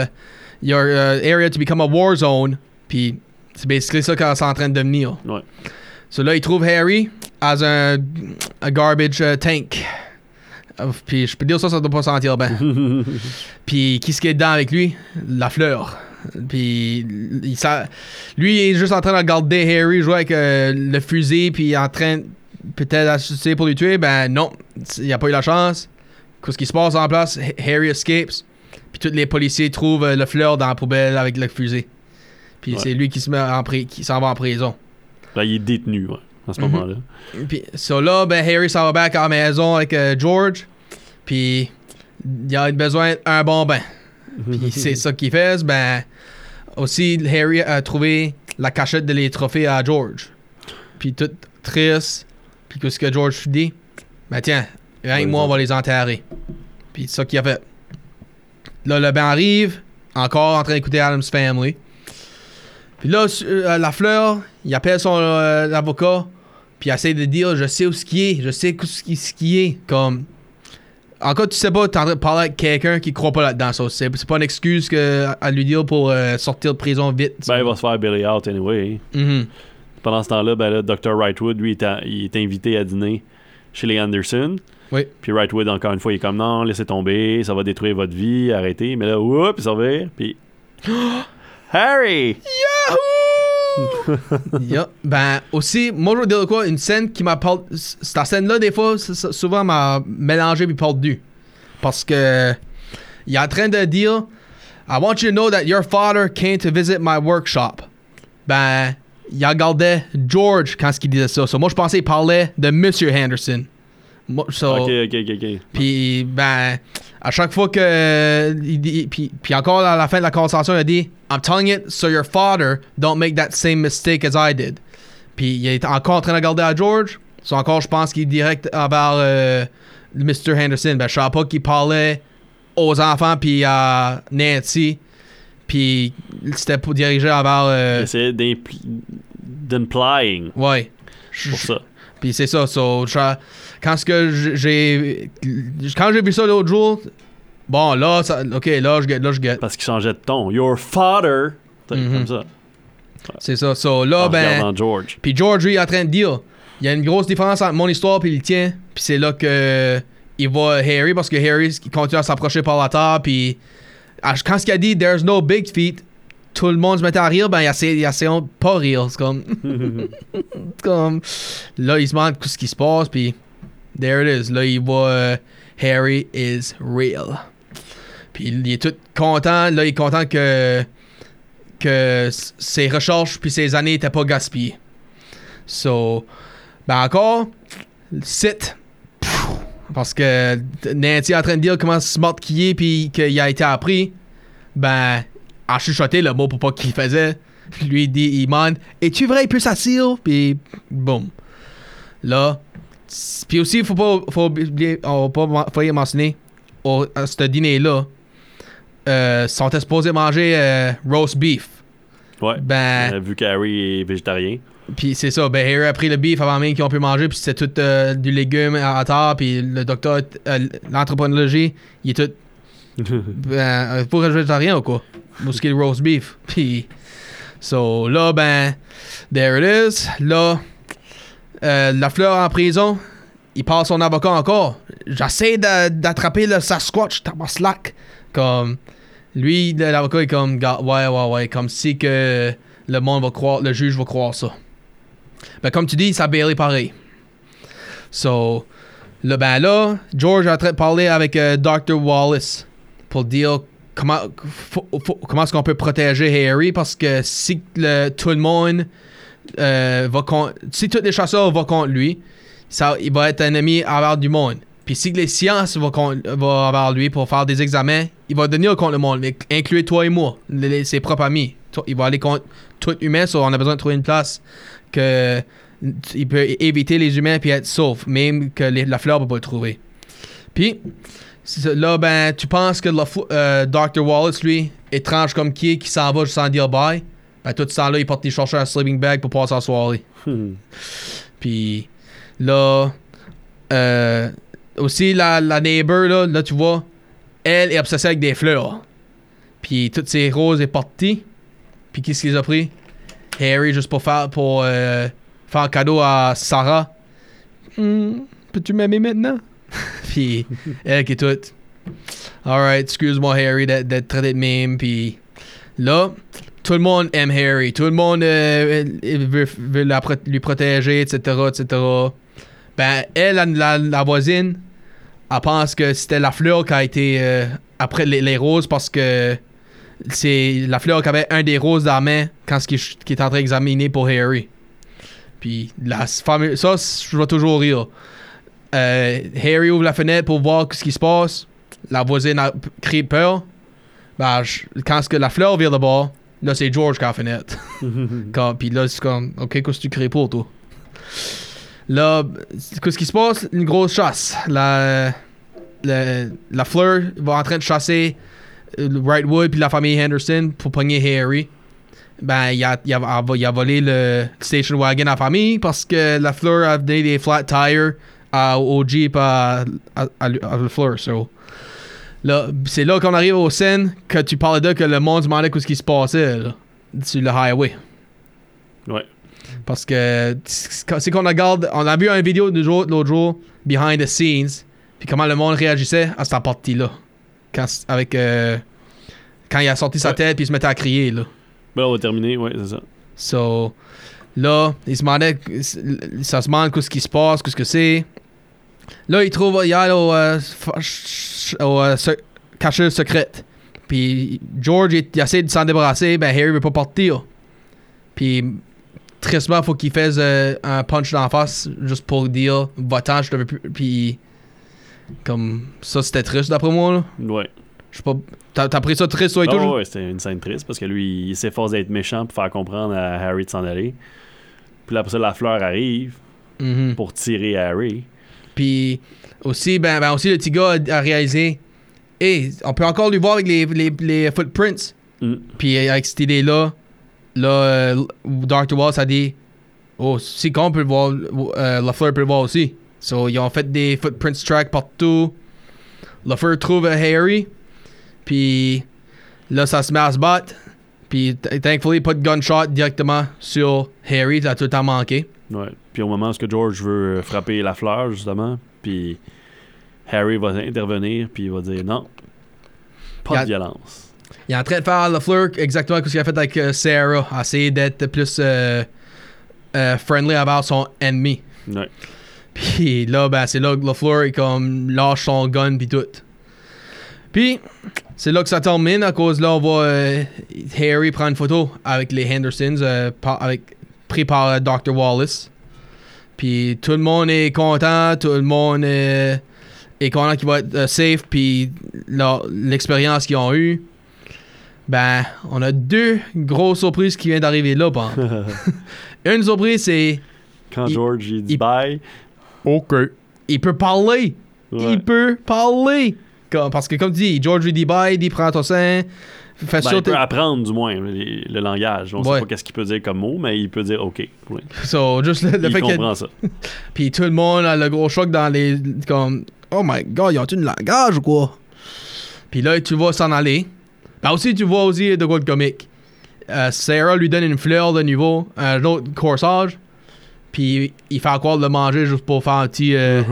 area to become a war zone, puis c'est basically ça qu'on est en train de devenir. Ouais. So là, il trouve Harry as un garbage tank. Puis je peux dire ça doit pas sentir bien. Puis qu'est-ce qu'il y a dedans avec lui? La fleur. Puis lui, il est juste en train de regarder Harry jouer avec le fusil, puis en train peut-être d'assister pour lui tuer. Ben non, il a pas eu la chance. Qu'est-ce qui se passe en place? Harry escapes. Puis tous les policiers trouvent le fleur dans la poubelle avec le fusil. Puis c'est lui qui s'en va en prison. Là, il est détenu, à ce moment-là. Puis, là, ben, Harry s'en va back à la maison avec George. Puis, il a besoin d'un bon bain. Puis, c'est ça qu'il fait. Ben, aussi, Harry a trouvé la cachette de les trophées à George. Puis, tout triste. Puis, qu'est-ce que George dit? Ben, tiens, viens avec moi, on va les enterrer. Puis, c'est ça qu'il a fait. Là, le bain arrive. Encore en train d'écouter Addams Family. Puis là, la fleur, il appelle son avocat, puis il essaie de dire, je sais où ce qui est, je sais ce qui est. Comme, encore, tu sais pas, t'es en train de parler avec quelqu'un qui croit pas là-dedans. Ça, c'est pas une excuse à lui dire pour sortir de prison vite. Ben, il va se faire bail out anyway. Pendant ce temps-là, ben là, Dr. Wrightwood, lui, il est invité à dîner chez les Anderson. Oui. Puis Wrightwood, encore une fois, il est comme, non, laissez tomber, ça va détruire votre vie, arrêtez. Mais là, oups, il s'en revient, puis... Harry! Yahoo! Ben, aussi, moi, je veux dire quoi, une scène qui m'a parlé. Cette scène-là, des fois, souvent m'a mélangé puis perdu. Parce que. Il est en train de dire I want you to know that your father came to visit my workshop. Ben, il regardait George quand il disait ça. So, moi, je pensais qu'il parlait de Monsieur Henderson. OK. Puis, ben, à chaque fois que. Puis encore à la fin de la conversation, il a dit I'm telling it so your father don't make that same mistake as I did. Puis, il est encore en train de regarder à George. So, encore, je pense qu'il est direct envers Mr. Henderson. Ben, je savais pas qu'il parlait aux enfants, puis à Nancy. Puis, c'était pour diriger envers. C'est d'implying. Ouais. Pour ça. Puis c'est ça. So, quand j'ai vu ça l'autre jour, Bon, là, OK, là, je get. Parce qu'il changeait de ton. Your father. Comme ça. C'est ça. So, là, En regardant George. Puis George, lui, est en train de dire, il y a une grosse différence entre mon histoire puis le tien. Puis c'est là que il voit Harry, parce que Harry il continue à s'approcher par la table. Puis quand il a dit « There's no big feet », tout le monde se mettait à rire. Ben, il essaie pas rire. C'est comme... comme... Là, il se demande ce qui se passe. Puis there it is. Là, il voit Harry is real. Puis il est tout content. Là, il est content que ses recherches puis ses années n'étaient pas gaspillées. So, ben encore, sit. Parce que Nancy est en train de dire comment smart qu'il est puis qu'il a été appris. Ben, a chuchoté le mot pour pas qu'il faisait. Lui, il demande « Es-tu vrai, il peut s'asseoir? » Puis, boum. Là, puis aussi, faut y mentionner, à ce dîner-là, sont supposés manger roast beef. Ouais. Ben, vu qu'Harry est végétarien. Puis c'est ça, ben Harry a pris le beef avant même qu'ils ont pu manger, puis c'était tout du légume à terre, puis le docteur, l'anthropologie, il est tout pour végétarien ou quoi? Ou ce qui est le roast beef. Puis, so là, ben, there it is. Là, la fleur en prison, il passe son avocat encore. J'essaie d'attraper le Sasquatch, t'as pas slack. Comme, lui, l'avocat est comme, ouais, comme si que le monde va croire, le juge va croire ça. Ben, comme tu dis, ça bailé pareil. So, là, George est en train de parler avec Dr. Wallace pour dire comment est-ce qu'on peut protéger Harry, parce que si tout le monde si tous les chasseurs vont contre lui, il va être un ennemi envers du monde. Puis si les sciences vont envers lui pour faire des examens, il va devenir contre le monde, incluez toi et moi, ses propres amis. Il va aller contre tout humain, on a besoin de trouver une place que il peut éviter les humains puis être sauf, même que la fleur ne peut pas le trouver. Puis là, ben, tu penses que Dr. Wallace, lui, étrange comme qui s'en va juste sans dire bye, ben, tout ce temps-là, il porte des chercher un sleeping bag pour passer la soirée. Puis là, aussi, la neighbor, là, tu vois, elle est obsessée avec des fleurs. Puis toutes ces roses est parties. Puis qui les a pris? Harry, juste pour faire un cadeau à Sarah. Peux-tu m'aimer maintenant? Puis elle qui est toute. Alright, excuse-moi Harry d'être traité de même. Puis là, tout le monde aime Harry. Tout le monde veut lui protéger, etc., etc. Ben, elle, la voisine, elle pense que c'était la fleur qui a été après les roses, parce que c'est la fleur qui avait un des roses dans la main quand qui est en train d'examiner pour Harry. Puis ça, je vais toujours rire. Harry ouvre la fenêtre pour voir ce qui se passe. La voisine a crié peur. Ben, quand la fleur vire de bord, là, c'est George qui a la fenêtre. Puis là, c'est comme, OK, qu'est-ce que tu crées pour, toi? Là, qu'est-ce qui se passe? Une grosse chasse. La fleur va en train de chasser Wrightwood puis la famille Henderson pour pogner Harry. Ben, il a volé le station wagon à la famille parce que la fleur a donné des flat tires au Jeep à la fleur. So, là, c'est là qu'on arrive aux scènes que tu parlais de que le monde se demandait ce qui se passait là, sur le highway. Ouais. Parce que c'est qu'on regarde, on a vu une vidéo l'autre jour, behind the scenes, puis comment le monde réagissait à cette partie-là. Quand il a sorti sa tête puis il se mettait à crier là. Ben on va terminer, ouais, c'est ça. So, là, il se demandait, ça se demande ce qui se passe, qu'est-ce que c'est. Là, il trouve, il y a au cacheuse secrète. Puis George, il essaie de s'en débarrasser, ben Harry veut pas partir. Puis tristement, il faut qu'il fasse un punch dans la face juste pour dire va-t'en, je te veux plus. Puis comme ça, c'était triste d'après moi là. Ouais. Je sais pas. T'as pris ça triste toi et tout? Ouais, c'était une scène triste parce que lui, il s'efforce d'être méchant pour faire comprendre à Harry de s'en aller. Puis là, après ça, la fleur arrive pour tirer Harry. Puis aussi, ben aussi le petit gars a réalisé, on peut encore lui voir avec les footprints. Puis avec cette idée-là, Dr. Wallace a dit, si qu'on peut le voir, la fleur peut le voir aussi. So, ils ont fait des footprints track partout. La fleur trouve Harry. Puis là, ça se met à se battre. Puis thankfully, pas de gunshot directement sur Harry. Ça a tout le temps manqué. Ouais. Puis au moment où George veut frapper la fleur, justement, puis Harry va intervenir, puis il va dire non, pas de violence. Il est en train de faire LaFleur exactement ce qu'il a fait avec Sarah. Essayer d'être plus friendly envers son ennemi. Ouais. Puis là, ben, c'est là que LaFleur il comme lâche son gun puis tout. Puis c'est là que ça termine à cause là on voit Harry prendre une photo avec les Hendersons pris par Dr. Wallace. Puis tout le monde est content, tout le monde est content qu'il va être safe puis l'expérience qu'ils ont eue. Ben, on a 2 grosses surprises qui viennent d'arriver là. Une surprise, c'est... Quand George il dit bye. OK. Il peut parler. Ouais. Il peut parler. Parce que comme tu dis, George lui dit bye, il dit prends ton sein. Ben, il peut apprendre du moins le langage. On sait pas qu'est-ce qu'il peut dire comme mot, mais il peut dire OK. Ouais. So, juste le fait comprend ça. Puis tout le monde a le gros choc dans les... Comme, oh my God, ils ont une langage ou quoi? Puis là, tu vas s'en aller. Ben aussi, tu vois aussi de quoi de comique. Sarah lui donne une fleur de niveau, un autre corsage. Puis il fait croire de le manger juste pour faire un petit...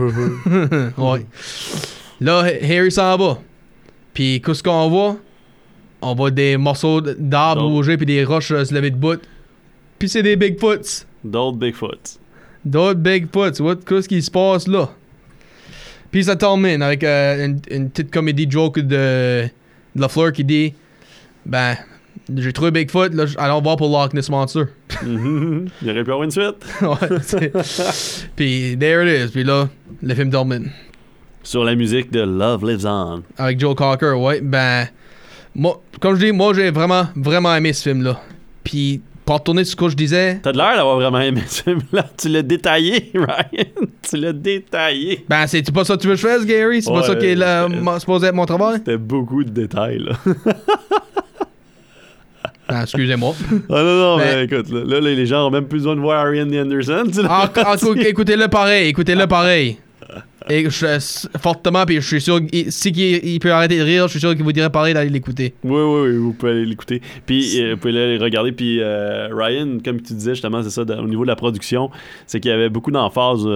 ouais. Là, Harry s'en va. Puis qu'est-ce qu'on voit? On voit des morceaux d'arbres bouger puis des roches se lever de bout. Puis c'est des Bigfoots. D'autres Bigfoots. D'autres Bigfoots. Qu'est-ce qui se passe là? Puis ça termine avec une petite comédie joke de LaFleur qui dit ben, j'ai trouvé Bigfoot, là, allons voir pour Loch Ness Monster. Il aurait pu avoir une suite. Ouais, puis there it is. Puis là, le film termine. Sur la musique de Love Lives On. Avec Joe Cocker, ouais. Ben, moi, comme je dis, moi, j'ai vraiment, vraiment aimé ce film-là. Puis, pour retourner sur ce que je disais... T'as de l'air d'avoir vraiment aimé ce film-là. Tu l'as détaillé, Ryan. Tu l'as détaillé. Ben, c'est pas ça que tu veux que je fasse, Gary? C'est pas ça qui est supposé être mon travail? C'était beaucoup de détails, là. Ah, excusez-moi. Ah non, mais écoute, là, les gens ont même plus besoin de voir Harry and the Anderson. Écoutez-le pareil. Et fortement, puis je suis sûr, si il peut arrêter de rire, je suis sûr qu'il vous dirait pareil d'aller l'écouter. Oui, vous pouvez aller l'écouter. Puis vous pouvez aller regarder. Puis Ryan, comme tu disais justement, c'est ça, au niveau de la production, c'est qu'il y avait beaucoup d'emphase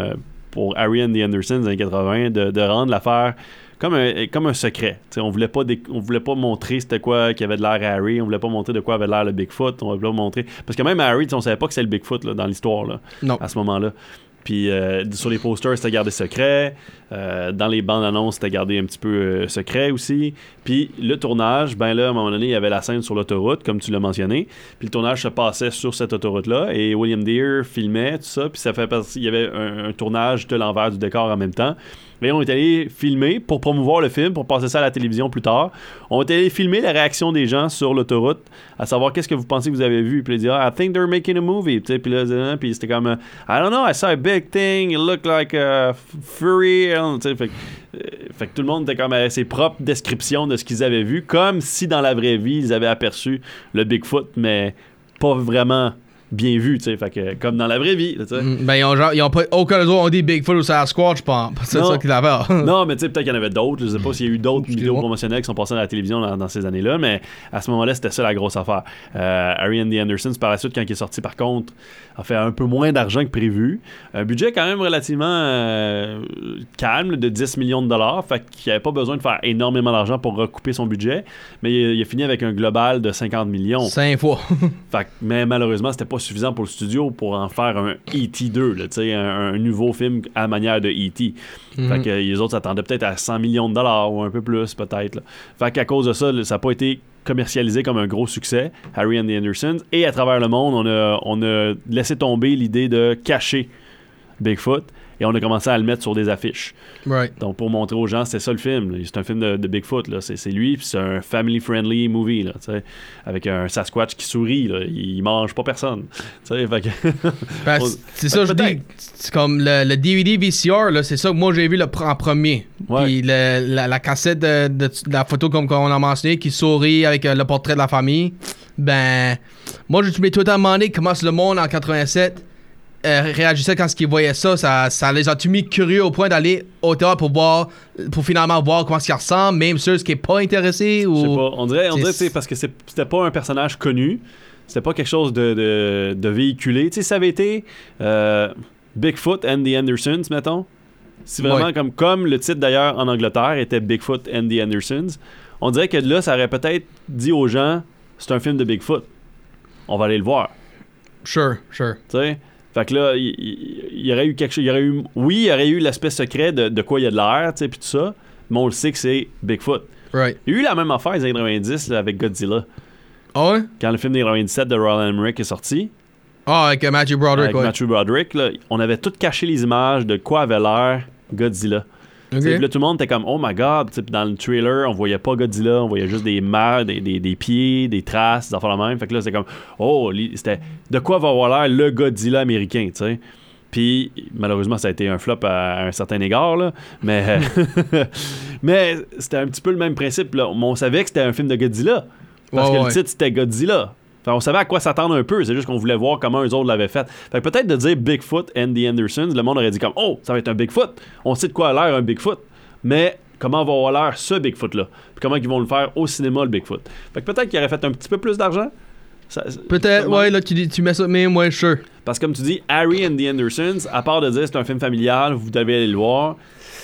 pour Harry and the Anderson des années 80 de rendre l'affaire comme un secret. T'sais, on voulait pas montrer c'était quoi qui avait de l'air à Harry, on voulait pas montrer de quoi avait de l'air le Bigfoot, on voulait pas montrer parce que même à Harry, on savait pas que c'était le Bigfoot là, dans l'histoire là, à ce moment-là. Puis sur les posters, c'était gardé secret. Dans les bandes annonces, c'était gardé un petit peu secret aussi. Puis le tournage, ben là, à un moment donné, il y avait la scène sur l'autoroute, comme tu l'as mentionné. Puis le tournage se passait sur cette autoroute-là. Et William Deere filmait tout ça. Puis ça fait partie, il y avait un tournage de l'envers du décor en même temps. Mais on est allé filmer pour promouvoir le film, pour passer ça à la télévision plus tard. On est allé filmer la réaction des gens sur l'autoroute, à savoir qu'est-ce que vous pensez que vous avez vu. Puis ils disaient, I think they're making a movie. Puis là, puis c'était comme, I don't know, I saw a big thing, it looked like a furry. Fait que tout le monde était comme avec ses propres descriptions de ce qu'ils avaient vu, comme si dans la vraie vie, ils avaient aperçu le Bigfoot, mais pas vraiment bien vu, tu sais, fait que comme dans la vraie vie, tu sais. Ben ils ont pas aucun autre on dit Bigfoot ou Sasquatch, je pense. C'est ça qu'ils avaient. Non, mais tu sais, peut-être qu'il y en avait d'autres, je sais pas s'il y a eu d'autres vidéos promotionnelles qui sont passées à la télévision dans ces années-là, mais à ce moment-là, c'était ça la grosse affaire. Harry and the Andersons, par la suite, quand il est sorti, par contre, a fait un peu moins d'argent que prévu. Un budget quand même relativement calme, de 10 millions de dollars, fait qu'il avait pas besoin de faire énormément d'argent pour recouper son budget, mais il a fini avec un global de 50 millions. 5 fois. Fait que, mais malheureusement, c'était pas suffisant pour le studio pour en faire un E.T. 2, là, un nouveau film à la manière de E.T. Fait que les autres s'attendaient peut-être à 100 millions de dollars ou un peu plus, peut-être. Là. Fait qu'à cause de ça, ça n'a pas été commercialisé comme un gros succès, Harry and the Andersons. Et à travers le monde, on a laissé tomber l'idée de cacher Bigfoot. Et on a commencé à le mettre sur des affiches. Right. Donc, pour montrer aux gens, c'est ça le film. C'est un film de Bigfoot. Là. C'est lui, puis c'est un family-friendly movie. Là, avec un Sasquatch qui sourit. Là. Il mange pas personne. Fait que ben, c'est ça, je dis. C'est comme le DVD VCR, là, c'est ça que moi j'ai vu en premier. Ouais. Puis la cassette de la photo, comme on a mentionné, qui sourit avec le portrait de la famille. Ben, moi, je me suis tout le temps demandé comment le monde en 87 réagissaient quand ils voyaient ça? Ça les a-tu mis curieux au point d'aller au théâtre pour finalement voir comment ça ressemble, même ceux qui n'est pas intéressé? Ou... Je sais pas. On dirait que c'est parce que c'était pas un personnage connu. C'était pas quelque chose de véhiculé. Tu sais, ça avait été Bigfoot and the Andersons, mettons. C'est vraiment comme le titre d'ailleurs en Angleterre était Bigfoot and the Andersons. On dirait que là, ça aurait peut-être dit aux gens, c'est un film de Bigfoot. On va aller le voir. Sure. Tu sais? Fait que là, il y aurait eu quelque chose. Il y aurait eu l'aspect secret de quoi il y a de l'air, tu sais, puis tout ça. Mais on le sait que c'est Bigfoot. Right. Il y a eu la même affaire les années 90 là, avec Godzilla. Ah ouais? Quand le film des 97 de Roland Emmerich est sorti. Ah, avec Matthew Broderick, Matthew Broderick, là, on avait tout caché les images de quoi avait l'air Godzilla. Okay. Puis là, tout le monde était comme, oh my god. Puis dans le trailer, on voyait pas Godzilla, on voyait juste des mains, des pieds, des traces, des affaires la même. Fait que là, c'était comme, oh, c'était de quoi va avoir l'air le Godzilla américain, tu sais. Puis malheureusement, ça a été un flop à un certain égard, là. Mais, mais c'était un petit peu le même principe, là. On savait que c'était un film de Godzilla. Parce que le titre, c'était Godzilla. Enfin, on savait à quoi s'attendre un peu. C'est juste qu'on voulait voir comment eux autres l'avaient fait. Fait que peut-être de dire Bigfoot and the Andersons, le monde aurait dit comme, oh, ça va être un Bigfoot. On sait de quoi a l'air un Bigfoot. Mais comment va avoir l'air ce Bigfoot-là? Puis comment ils vont le faire au cinéma, le Bigfoot? Fait que peut-être qu'il aurait fait un petit peu plus d'argent. Peut-être, ouais, là, tu mets ça, mais moi, sure. Parce que comme tu dis, Harry and the Andersons, à part de dire c'est un film familial, vous devez aller le voir,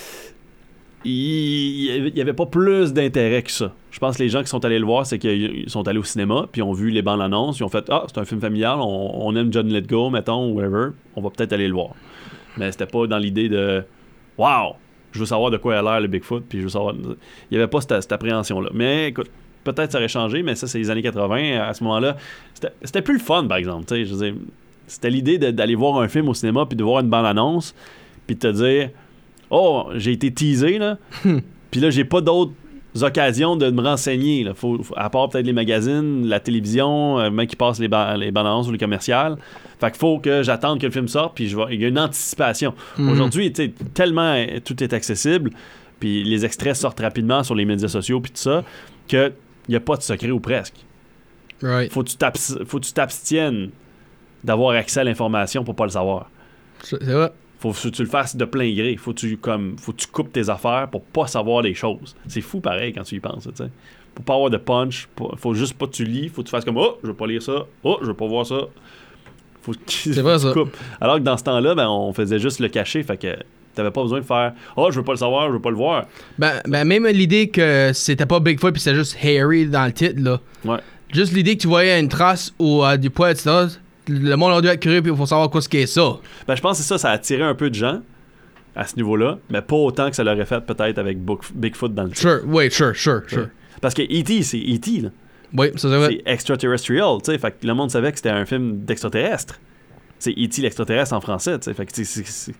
il y avait pas plus d'intérêt que ça. Je pense que les gens qui sont allés le voir, c'est qu'ils sont allés au cinéma, puis ont vu les bandes annonces, ils ont fait c'est un film familial, on aime John Lithgow, mettons, ou whatever, on va peut-être aller le voir. Mais c'était pas dans l'idée de wow, je veux savoir de quoi a l'air le Bigfoot, puis je veux savoir. Il y avait pas cette appréhension-là. Mais écoute, peut-être ça aurait changé, mais ça, c'est les années 80. À ce moment-là, c'était plus le fun, par exemple. Je veux dire, c'était l'idée d'aller voir un film au cinéma, puis de voir une bande-annonce, puis de te dire oh, j'ai été teasé, là. Puis là, j'ai pas d'autres occasions de me renseigner. Là. Faut, à part peut-être les magazines, la télévision, même qui passent les bandes-annonces ou les commerciales. Fait qu'il faut que j'attende que le film sorte, puis il y a une anticipation. Aujourd'hui, tellement tout est accessible, puis les extraits sortent rapidement sur les médias sociaux, puis tout ça, qu'il n'y a pas de secret ou presque. Right. Faut que tu t'abstiennes d'avoir accès à l'information pour pas le savoir. C'est vrai. Faut que tu le fasses de plein gré. Faut que tu coupes tes affaires pour pas savoir des choses. C'est fou pareil quand tu y penses, tu sais. Pour pas avoir de punch, faut juste pas que tu lis, faut que tu fasses comme oh, je veux pas lire ça, oh, je veux pas voir ça. Faut que tu coupes. Alors que dans ce temps-là, ben on faisait juste le cacher, fait que t'avais pas besoin de faire oh, je veux pas le savoir, je veux pas le voir. Ben même l'idée que c'était pas Bigfoot puis c'était juste Harry dans le titre là. Ouais. Juste l'idée que tu voyais une trace ou du poids, etc. Le monde a dû être curieux puis il faut savoir quoi ce qu'est ça. Ben je pense que ça a attiré un peu de gens à ce niveau-là, mais pas autant que ça l'aurait fait peut-être avec Bigfoot dans le titre. Sure. Parce que E.T. c'est E.T. là. Oui, ça c'est vrai. C'est extraterrestrial, tu sais, fait que le monde savait que c'était un film d'extraterrestre. C'est E.T. l'extraterrestre en français, tu sais, fait que c'est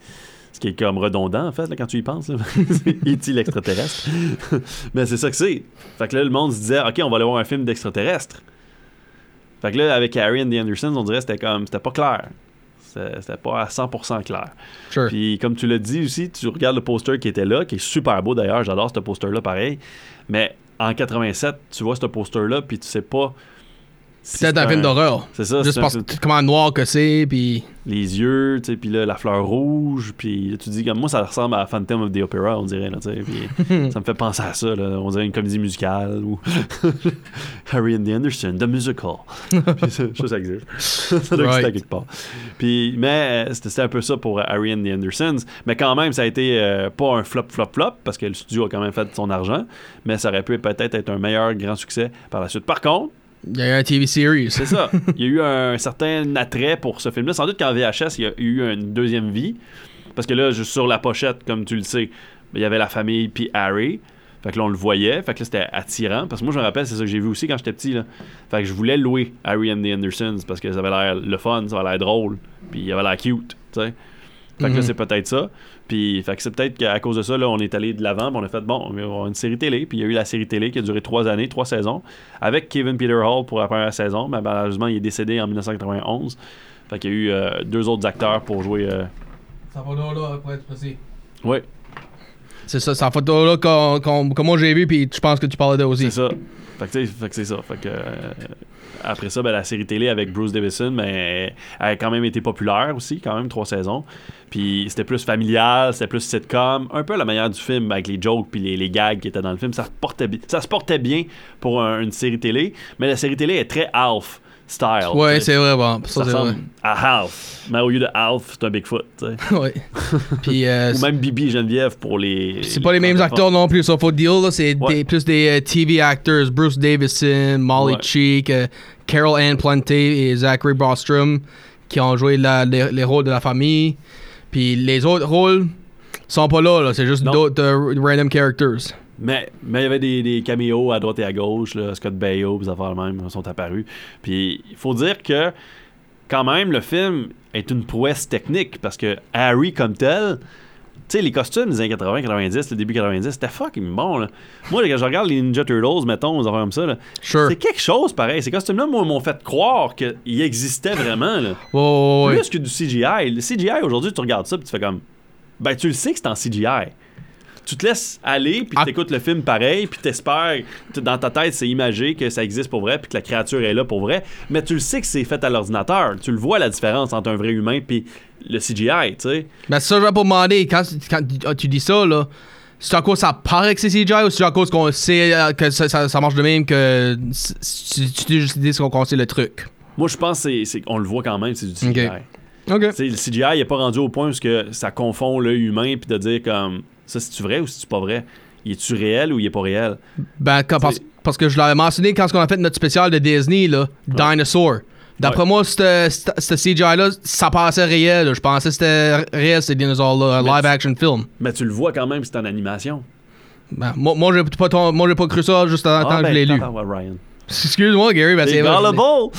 ce qui est comme redondant en fait là, quand tu y penses. C'est E.T. l'extraterrestre. Mais c'est ça que c'est. Fait que là le monde se disait OK, on va aller voir un film d'extraterrestre. Fait que là, avec Harry and the Andersons, on dirait que c'était pas clair. C'était pas à 100% clair. Sure. Puis comme tu l'as dit aussi, tu regardes le poster qui était là, qui est super beau d'ailleurs, j'adore ce poster-là pareil. Mais en 87, tu vois ce poster-là, puis tu sais pas... Peut-être un film d'horreur. C'est ça. Juste parce que comment noir que c'est, puis... Les yeux, tu sais, puis là, la fleur rouge, puis tu dis, comme moi, ça ressemble à Phantom of the Opera, on dirait, là, tu sais, puis ça me fait penser à ça, là, on dirait une comédie musicale, ou Harry and the Anderson, the musical. ça existe. Ça doit exister à quelque part. Puis, mais c'était un peu ça pour Harry and the Andersons, mais quand même, ça a été pas un flop, parce que le studio a quand même fait son argent, mais ça aurait pu peut-être être un meilleur grand succès par la suite. Par contre, il y a eu un TV series. C'est ça. Il y a eu un certain attrait pour ce film-là. Sans doute qu'en VHS, il y a eu une deuxième vie. Parce que là, juste sur la pochette, comme tu le sais, il y avait la famille puis Harry. Fait que là, on le voyait. Fait que là, c'était attirant. Parce que moi, je me rappelle, c'est ça que j'ai vu aussi quand j'étais petit. Là. Fait que je voulais louer Harry and the Andersons parce que ça avait l'air le fun, ça avait l'air drôle. Puis il avait l'air cute, tu sais. Fait que là, c'est peut-être ça. Puis, fait que c'est peut-être qu'à cause de ça, là, on est allé de l'avant, puis on a fait, bon, on va avoir une série télé. Puis il y a eu la série télé qui a duré 3 saisons, avec Kevin Peter Hall pour la première saison. Mais malheureusement, il est décédé en 1991. Fait qu'il y a eu 2 autres acteurs pour jouer. Ça va là, pour être précis. Oui. C'est ça, c'est la photo-là que moi j'ai vue, puis je pense que tu parlais d'eux aussi. C'est ça. Fait que c'est ça. Fait que, après ça, la série télé avec Bruce Davison, elle a quand même été populaire aussi, quand même 3 saisons. Puis c'était plus familial, c'était plus sitcom, un peu à la manière du film avec les jokes puis les gags qui étaient dans le film. Ça se portait bien pour une série télé, mais la série télé est très Alf style. Ouais, c'est vrai, bon. Ça ressemble à Alf, mais au lieu de Alf, c'est un Bigfoot. Ouais. Puis, ou même Bibi et Geneviève pour les. C'est pas les mêmes acteurs non plus, ça faut dire. Là, c'est plus des TV actors. Bruce Davison, Molly Cheek, Carol Ann Plante et Zachary Bostrom qui ont joué les rôles de la famille. Puis les autres rôles sont pas là. C'est juste d'autres random characters. Mais il y avait des caméos à droite et à gauche, là, Scott Baio, des affaires même sont apparus. Puis il faut dire que quand même le film est une prouesse technique parce que Harry comme tel, tu sais, les costumes des années 80-90, le début 90, c'était fucking bon. Là. Moi, quand je regarde les Ninja Turtles, mettons, des affaires comme ça, là, c'est quelque chose pareil. Ces costumes-là, moi, m'ont fait croire qu'ils existaient vraiment. Là. Plus que du CGI. Le CGI, aujourd'hui, tu regardes ça et tu fais comme... Ben, tu le sais que c'est en CGI. Tu te laisses aller, puis t'écoutes le film pareil, puis t'espères, dans ta tête, c'est imagé que ça existe pour vrai, puis que la créature est là pour vrai, mais tu le sais que c'est fait à l'ordinateur. Tu le vois, la différence entre un vrai humain puis le CGI, tu sais. Mais ça, je vais pas demander, quand tu dis ça, là, c'est à cause ça paraît que c'est CGI ou c'est à cause qu'on sait que ça marche de même que tu juste dis qu'on sait le truc? Moi, je pense qu'on le voit quand même, c'est du CGI. OK. Le CGI, il n'est pas rendu au point où ça confond l'œil humain, puis de dire comme... Ça, c'est-tu vrai ou c'est-tu pas vrai? Il est-tu réel ou il est pas réel? Ben, parce que je l'avais mentionné quand on a fait notre spécial de Disney, là, Dinosaur. D'après moi, ce CGI-là, ça paraissait réel. Là. Je pensais que c'était réel, ces dinosaures-là, un live-action film. Mais tu le vois quand même, c'est en animation. Ben, moi, j'ai pas cru ça juste avant que je l'ai lu. Ryan. Excuse-moi, Gary, ben c'est vrai.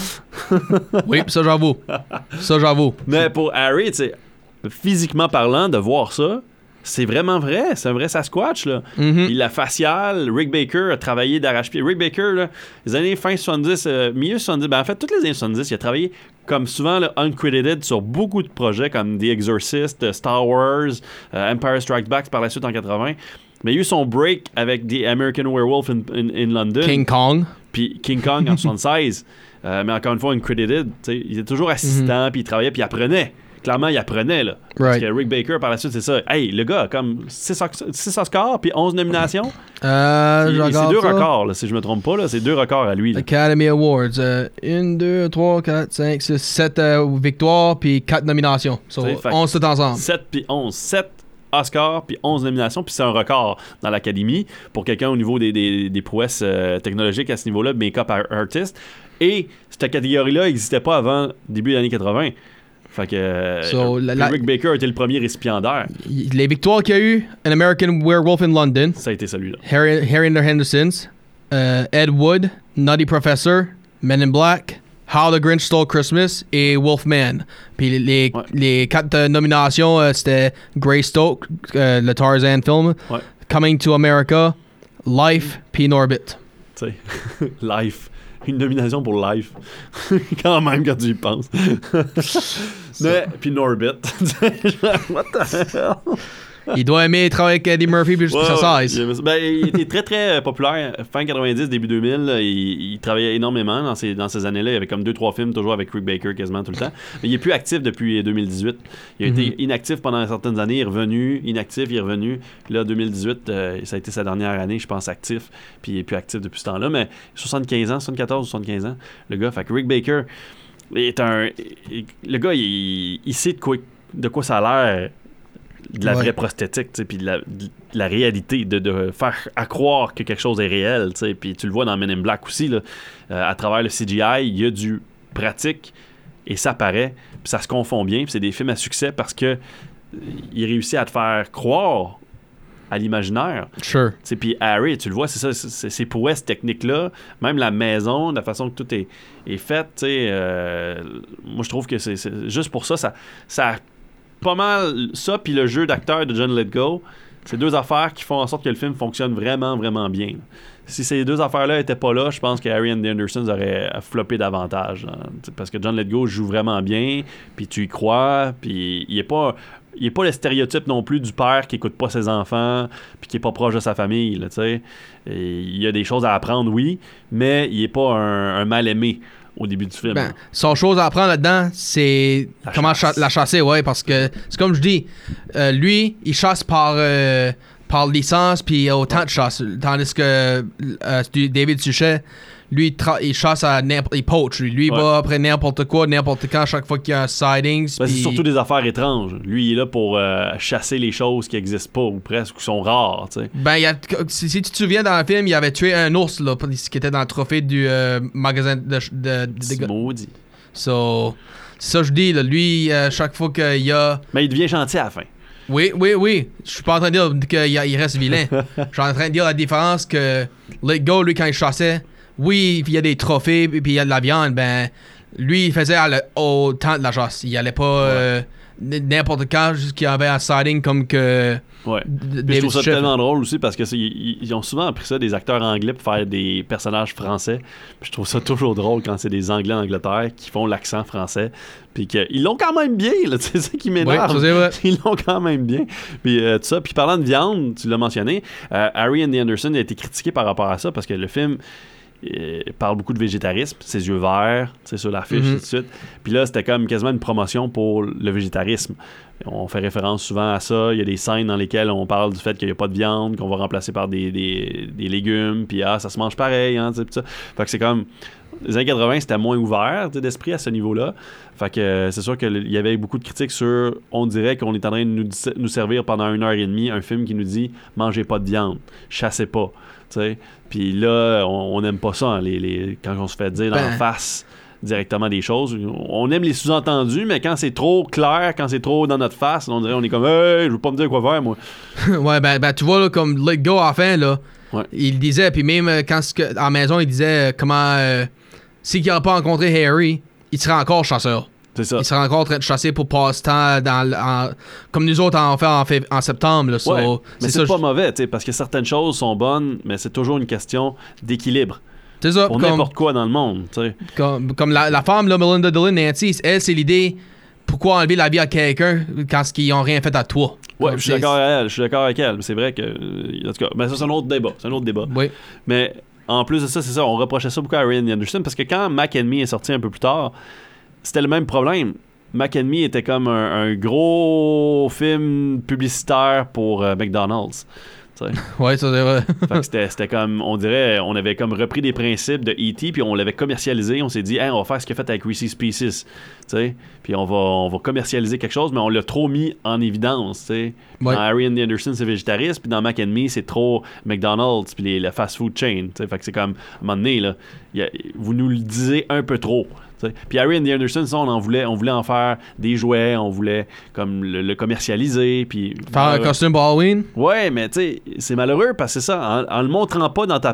Oui, ça j'avoue. Mais pour Harry, tu sais, physiquement parlant, de voir ça, c'est vraiment vrai. C'est un vrai Sasquatch, là. Puis la faciale, Rick Baker a travaillé d'arrache-pied. Rick Baker, là, les années fin 70, milieu 70, ben en fait, toutes les années 70, il a travaillé comme souvent là, uncredited sur beaucoup de projets comme The Exorcist, Star Wars, Empire Strikes Back par la suite en 80. Mais il y a eu son break avec The American Werewolf in London. King Kong. Puis King Kong en 76. Mais encore une fois, uncredited. Il était toujours assistant, puis il travaillait, puis il apprenait. Clairement, il apprenait, là. Parce que Rick Baker, par la suite, c'est ça. Hey, le gars, comme 6 Oscars, puis 11 nominations. C'est 2 records, là, si je me trompe pas, là. C'est 2 records à lui. Là. Academy Awards. 1, 2, 3, 4, 5, 6, 7 victoires, puis 4 nominations. 11 tout ensemble. 7 puis 11. 7 Oscars, puis 11 nominations, puis c'est un record dans l'Académie pour quelqu'un au niveau des prouesses technologiques à ce niveau-là, make-up artist. Et cette catégorie-là n'existait pas avant début des années 80. Fait que Rick Baker a été le premier récipiendaire. Les victoires qu'il y a eu, An American Werewolf in London. Ça a été celui-là. Harry and the Hendersons, Ed Wood, Nutty Professor, Men in Black, How the Grinch Stole Christmas et Wolfman. Puis les 4 nominations, c'était Greystoke, le Tarzan film, Coming to America, Life, puis Norbit. Tu sais, Life. Une nomination pour Life. Quand même, quand tu y penses. Mais, puis Norbit. What the hell? Il doit aimer travailler avec Eddie Murphy puis juste pour sa size. Il était très très populaire fin 90, début 2000. Il travaillait énormément dans ces années-là. Il y avait comme 2-3 films toujours avec Rick Baker quasiment tout le temps. Mais il est plus actif depuis 2018. Il a été inactif pendant certaines années. Il est revenu, inactif, il est revenu. Là, 2018, ça a été sa dernière année, je pense, actif. Puis il est plus actif depuis ce temps-là. Mais 74 ou 75 ans, le gars. Fait que Rick Baker est le gars, il sait de quoi ça a l'air. De la vraie prosthétique, puis de la réalité, de faire à croire que quelque chose est réel, puis tu le vois dans Men in Black aussi, là, à travers le CGI, il y a du pratique et ça paraît, puis ça se confond bien, puis c'est des films à succès parce que il réussit à te faire croire à l'imaginaire. Sure. Puis Harry, tu le vois, c'est ça, ces prouesses techniques-là, même la maison, la façon que tout est fait, moi je trouve que c'est juste pour ça pas mal ça, puis le jeu d'acteur de John Lithgow, c'est 2 affaires qui font en sorte que le film fonctionne vraiment, vraiment bien. Si ces 2 affaires-là n'étaient pas là, je pense que Harry and the Hendersons aurait floppé davantage. Parce que John Lithgow joue vraiment bien, puis tu y crois, puis il est pas il est pas le stéréotype non plus du père qui écoute pas ses enfants puis qui est pas proche de sa famille, là, tu sais. Il y a des choses à apprendre, oui, mais il est pas un mal-aimé au début du film. Ben, son chose à apprendre là-dedans, c'est comment la chasser, ouais, parce que c'est comme je dis, lui, il chasse par licence puis au temps de chasse, tandis que David Suchet, lui, il chasse il poach. Lui, il va après n'importe quoi, n'importe quand, chaque fois qu'il y a un sighting. Ben, c'est surtout des affaires étranges. Lui, il est là pour chasser les choses qui n'existent pas, ou presque, ou qui sont rares, tu sais. Ben, si tu te souviens, dans le film, il avait tué un ours, là, qui était dans le trophée du magasin de maudit. So, c'est ça que je dis, là. Lui, chaque fois qu'il y a... Mais il devient gentil à la fin. Oui. Je suis pas en train de dire qu'il reste vilain. Je suis en train de dire la différence que Let Go, lui, quand il chassait, oui, il y a des trophées, puis il y a de la viande, ben, lui, il faisait au temps de la chasse. Il allait pas n'importe quand, juste qu'il y avait un sighting comme que... Ouais. Puis je trouve ça tellement drôle aussi parce que ils ont souvent appris ça des acteurs anglais pour faire des personnages français. Puis je trouve ça toujours drôle quand c'est des Anglais d'Angleterre qui font l'accent français. Puis qu'ils l'ont quand même bien, là. C'est ça qui m'énerve. Ouais, ils l'ont quand même bien. Puis tout ça. Puis parlant de viande, tu l'as mentionné, Harry Andy Anderson a été critiqué par rapport à ça parce que le film... Il parle beaucoup de végétarisme, ses yeux verts, c'est sur l'affiche, et tout de suite. Puis là, c'était comme quasiment une promotion pour le végétarisme. On fait référence souvent à ça. Il y a des scènes dans lesquelles on parle du fait qu'il n'y a pas de viande, qu'on va remplacer par des légumes, puis ça se mange pareil, hein, tout ça. Fait que c'est comme... Les années 80, c'était moins ouvert d'esprit à ce niveau-là. Fait que c'est sûr qu'il y avait beaucoup de critiques sur... On dirait qu'on est en train de nous servir pendant 1h30 un film qui nous dit « Mangez pas de viande, chassez pas ». Puis là, on n'aime pas ça, hein, quand on se fait dire en face directement des choses. On aime les sous-entendus, mais quand c'est trop clair, quand c'est trop dans notre face, on dirait on est comme « Hey, je veux pas me dire quoi faire, moi ». Ouais, ben tu vois, là, comme Let Go à la fin, là, il disait, puis même quand à la maison, il disait comment... s'il n'aurait pas rencontré Harry, il serait encore chasseur. C'est ça. Il serait encore en train de chasser pour passe-temps comme nous autres en fait en septembre. Là, mais c'est pas mauvais, parce que certaines choses sont bonnes, mais c'est toujours une question d'équilibre. C'est ça. Pour n'importe quoi dans le monde. Comme la femme, là, Melinda Dillon, Nancy, elle, c'est l'idée pourquoi enlever la vie à quelqu'un quand ils n'ont rien fait à toi. Ouais, je suis d'accord avec elle. C'est vrai que. En tout cas, mais ça, c'est un autre débat. Oui. Mais en plus de ça, c'est ça, on reprochait ça beaucoup à Harry Andy Anderson parce que quand Mac and Me est sorti un peu plus tard, c'était le même problème. Mac and Me était comme un gros film publicitaire pour McDonald's. Ouais, ça c'est vrai. Fait que c'était comme, on dirait, on avait comme repris des principes de E.T. puis on l'avait commercialisé. On s'est dit, hey, on va faire ce qu'il a fait avec Reese's Pieces. Puis on va commercialiser quelque chose, mais on l'a trop mis en évidence. Ouais. Dans Harry Andy Anderson, c'est végétariste, puis dans Mac and Me, c'est trop McDonald's puis les fast food chain. Fait que c'est comme, à un moment donné, là, vous nous le disiez un peu trop. Puis Harry Andy Anderson, ça, on voulait en faire des jouets, on voulait comme le commercialiser, puis faire un costume pour Halloween. Ouais, mais tu sais, c'est malheureux parce que c'est ça, en le montrant pas dans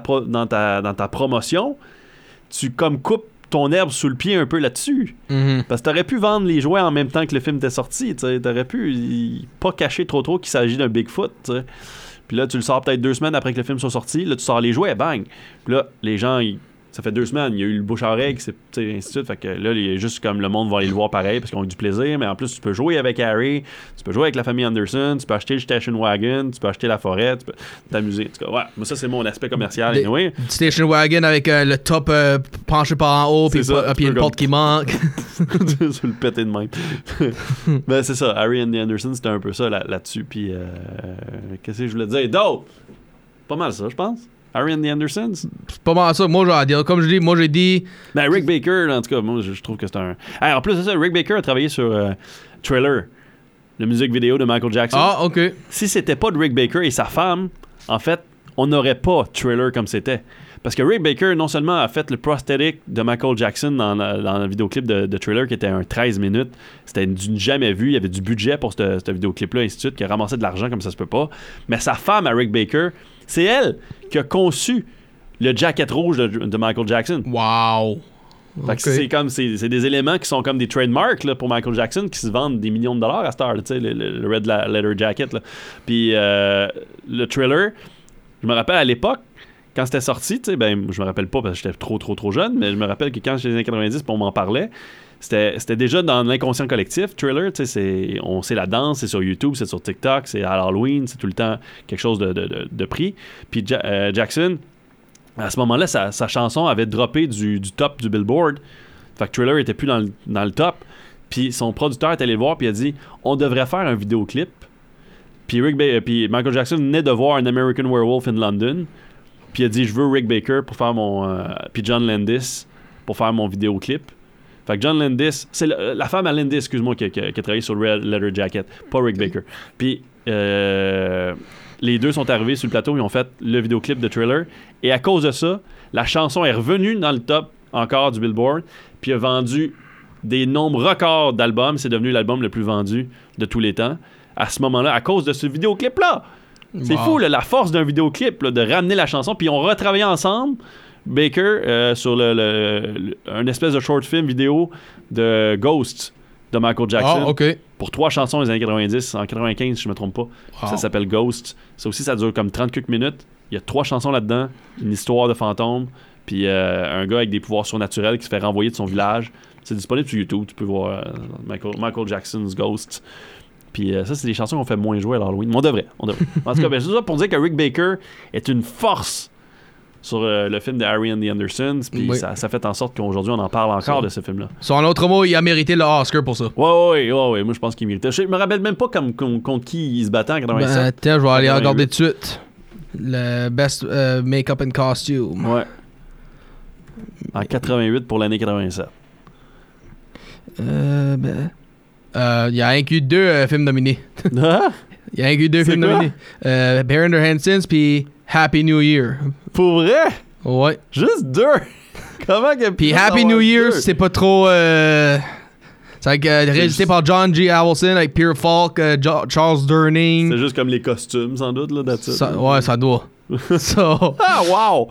ta promotion, tu comme coupes ton herbe sous le pied un peu là-dessus. Parce que t'aurais pu vendre les jouets en même temps que le film était sorti, t'aurais pu pas cacher trop qu'il s'agit d'un Bigfoot, t'sais. Puis là, tu le sors peut-être 2 semaines après que le film soit sorti, là, tu sors les jouets, bang! Puis là, les gens, ça fait 2 semaines, il y a eu le bouche-à-oreille, ainsi de suite. Fait que là, il y a juste comme le monde va aller le voir pareil parce qu'ils ont eu du plaisir. Mais en plus, tu peux jouer avec Harry, tu peux jouer avec la famille Anderson, tu peux acheter le station wagon, tu peux acheter la forêt, tu peux t'amuser. En tout cas, ouais, mais ça, c'est mon aspect commercial. Anyway. Station wagon avec le top penché par en haut, puis une porte qui manque. Sur le pété de même. Ben, c'est ça. Harry Andy Anderson, c'était un peu ça là-dessus. Puis, qu'est-ce que je voulais dire? D'autres! Pas mal ça, je pense. Harry Andy Anderson? C'est pas mal ça. Moi, j'ai dire. Comme je dis, moi, j'ai dit... Ben, Rick Baker, en tout cas, moi, je trouve que c'est un... Hey, en plus de ça, Rick Baker a travaillé sur Thriller, la musique vidéo de Michael Jackson. Ah, OK. Si c'était pas de Rick Baker et sa femme, en fait, on n'aurait pas Thriller comme c'était. Parce que Rick Baker, non seulement a fait le prosthetic de Michael Jackson dans le vidéoclip de Thriller, qui était un 13 minutes, c'était du jamais vu, il y avait du budget pour ce vidéoclip-là, et ainsi de suite, qui a ramassé de l'argent comme ça se peut pas. Mais sa femme, à Rick Baker, c'est elle qui a conçu le jacket rouge de Michael Jackson. Wow! Fait que c'est des éléments qui sont comme des trademarks là, pour Michael Jackson qui se vendent des millions de dollars à cette heure, le Red Leather Jacket. Là. Puis le Thriller, je me rappelle à l'époque, quand c'était sorti, ben, je me rappelle pas parce que j'étais trop jeune, mais je me rappelle que quand j'étais dans les années 90 on m'en parlait, c'était déjà dans l'inconscient collectif, Thriller. On sait la danse, c'est sur YouTube, c'est sur TikTok, c'est à Halloween, c'est tout le temps quelque chose de pris. Puis Jackson, à ce moment-là, sa chanson avait droppé du top du Billboard. Fait que Thriller était plus dans le top. Puis son producteur est allé le voir puis il a dit on devrait faire un vidéoclip. Puis Michael Jackson venait de voir un American Werewolf in London. Puis il a dit je veux Rick Baker pour faire puis John Landis pour faire mon vidéoclip. Fait que John Landis, c'est la femme à Landis, excuse-moi, qui a travaillé sur Red Letter Jacket, pas Rick Baker. Puis les deux sont arrivés sur le plateau, ils ont fait le vidéoclip de Thriller. Et à cause de ça, la chanson est revenue dans le top encore du Billboard. Puis a vendu des nombres records d'albums. C'est devenu l'album le plus vendu de tous les temps. À ce moment-là, à cause de ce vidéoclip-là. C'est fou, là, la force d'un vidéoclip, là, de ramener la chanson. Puis ils ont retravaillé ensemble, Baker, sur un espèce de short film vidéo de Ghost de Michael Jackson. Ah, OK. Pour 3 chansons des années 90, en 95, si je me trompe pas. Ça s'appelle Ghost. Ça aussi, ça dure comme 30 quelques minutes. Il y a 3 chansons là-dedans, une histoire de fantôme, puis un gars avec des pouvoirs surnaturels qui se fait renvoyer de son village. C'est disponible sur YouTube. Tu peux voir Michael Jackson's Ghost. Puis ça, c'est des chansons qu'on fait moins jouer à l'Halloween. Mais on devrait. En tout cas, c'est ça pour dire que Rick Baker est une force sur le film de Harry and the Andersons. Puis ça fait en sorte qu'aujourd'hui, on en parle encore de ce film-là. Sur un autre mot, il a mérité le Oscar pour ça. Ouais. Moi, je pense qu'il méritait. Je me rappelle même pas contre qui il se battait en 87. Tiens, je vais aller regarder tout de suite. Le Best Make-up and Costume. Ouais. En 88 pour l'année 87. Il y a inclus 2 films nominés. Ah? Il y a inclus 2 films nominés. Baron Hansons puis Happy New Year. Pour vrai? Ouais. Juste 2? Comment que... Puis Happy New Year, c'est pas trop... c'est réalisé par John G. Avildsen avec Pierre Falk, Charles Durning. C'est juste comme les costumes, sans doute, là, ouais, ça doit. Ah, wow!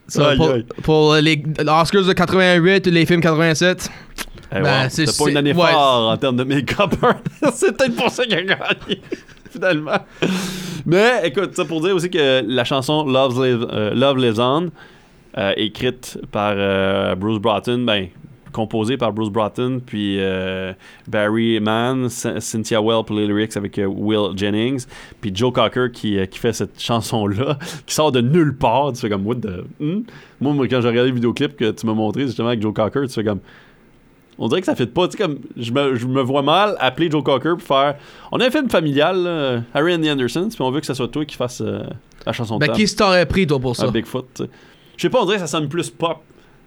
Pour les Oscars de 88 et les films 87... Wow. C'est pas une année forte en termes de make-up. C'est peut-être pour ça qu'il a gagné, finalement. Mais écoute, ça pour dire aussi que la chanson Love Lives On, écrite par Bruce Broughton, composée par Bruce Broughton, puis Barry Mann, Cynthia Well pour les lyrics avec Will Jennings, puis Joe Cocker qui fait cette chanson-là, qui sort de nulle part. Tu fais comme, what the... Moi, quand j'ai regardé le vidéoclip que tu m'as montré justement avec Joe Cocker, tu fais comme... On dirait que ça fait pas, tu sais, comme je me vois mal appeler Joe Cocker pour faire on a un film familial, là, Harry and the Andersons, puis on veut que ce soit toi qui fasse la chanson de Tom. Qui t'aurait pris toi pour ça? Bigfoot, tu sais. Je sais pas, on dirait que ça sonne plus pop.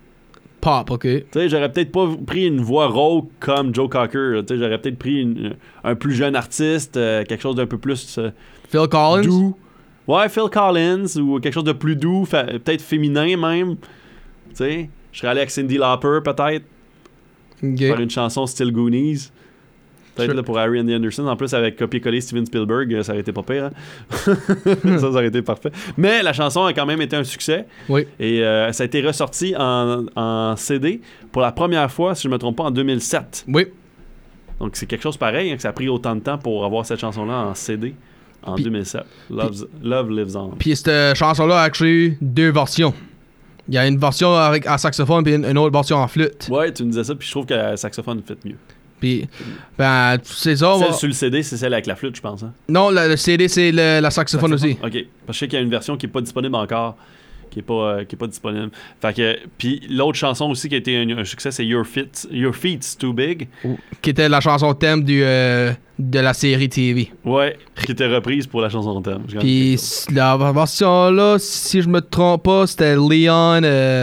Pop, ok. Tu sais, j'aurais peut-être pas pris une voix rauque comme Joe Cocker, tu sais, j'aurais peut-être pris un plus jeune artiste, quelque chose d'un peu plus Phil Collins? Doux. Ouais, Phil Collins, ou quelque chose de plus doux, peut-être féminin même. Tu sais, je serais allé avec Cyndi Lauper peut-être. Okay. Faire une chanson style Goonies. Peut-être là, pour Harry and the Andersons. En plus, avec copier-coller Steven Spielberg, ça aurait été pas pire. Hein? ça aurait été parfait. Mais la chanson a quand même été un succès. Oui. Et ça a été ressorti en CD pour la première fois, si je me trompe pas, en 2007. Oui. Donc c'est quelque chose pareil, hein, que ça a pris autant de temps pour avoir cette chanson-là en CD en 2007. Love Lives On. Puis cette chanson-là a actually 2 versions. Il y a une version à saxophone puis une autre version en flûte. Ouais, tu me disais ça, puis je trouve que le saxophone fait mieux. Puis, c'est ça. Celle sur le CD, c'est celle avec la flûte, je pense. Hein? Non, le CD, c'est la saxophone aussi. OK. Parce que je sais qu'il y a une version qui n'est pas disponible encore. Qui est pas disponible. Fait que, puis l'autre chanson aussi qui a été un succès, c'est Your Feet's Too Big. Qui était la chanson thème de la série TV. Ouais, qui était reprise pour la chanson thème. Puis la version là, si je me trompe pas, c'était Leon.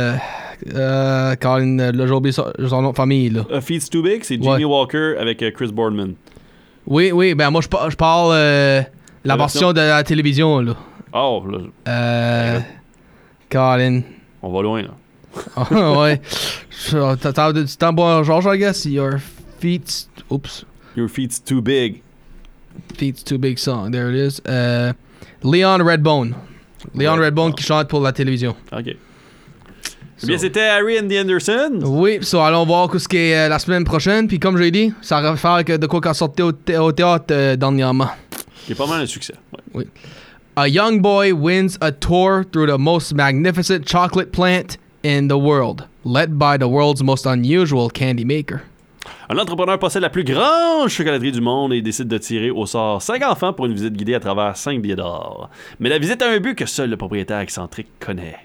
Colin, là, j'ai oublié son nom de famille. Là. Feet's Too Big, c'est Jimmy Walker avec Chris Boardman. Oui, moi je parle la version de la télévision. Là. Oh, là. Colin. On va loin, là. Ouais. T'as du temps bon George, I guess. Your feet's too big. Feet's too big song. There it is. Leon Redbone. Redbone qui chante pour la télévision. OK. Bien, c'était Harry and the Andersons. Oui, allons voir ce qui est la semaine prochaine. Puis comme j'ai dit, ça réfère de quoi qu'a sorti au théâtre dernièrement. Qui est pas mal un succès. Ouais. Oui. A young boy wins a tour through the most magnificent chocolate plant in the world, led by the world's most unusual candy maker. Un entrepreneur possède la plus grande chocolaterie du monde et décide de tirer au sort 5 enfants pour une visite guidée à travers 5 billets d'or. Mais la visite a un but que seul le propriétaire excentrique connaît.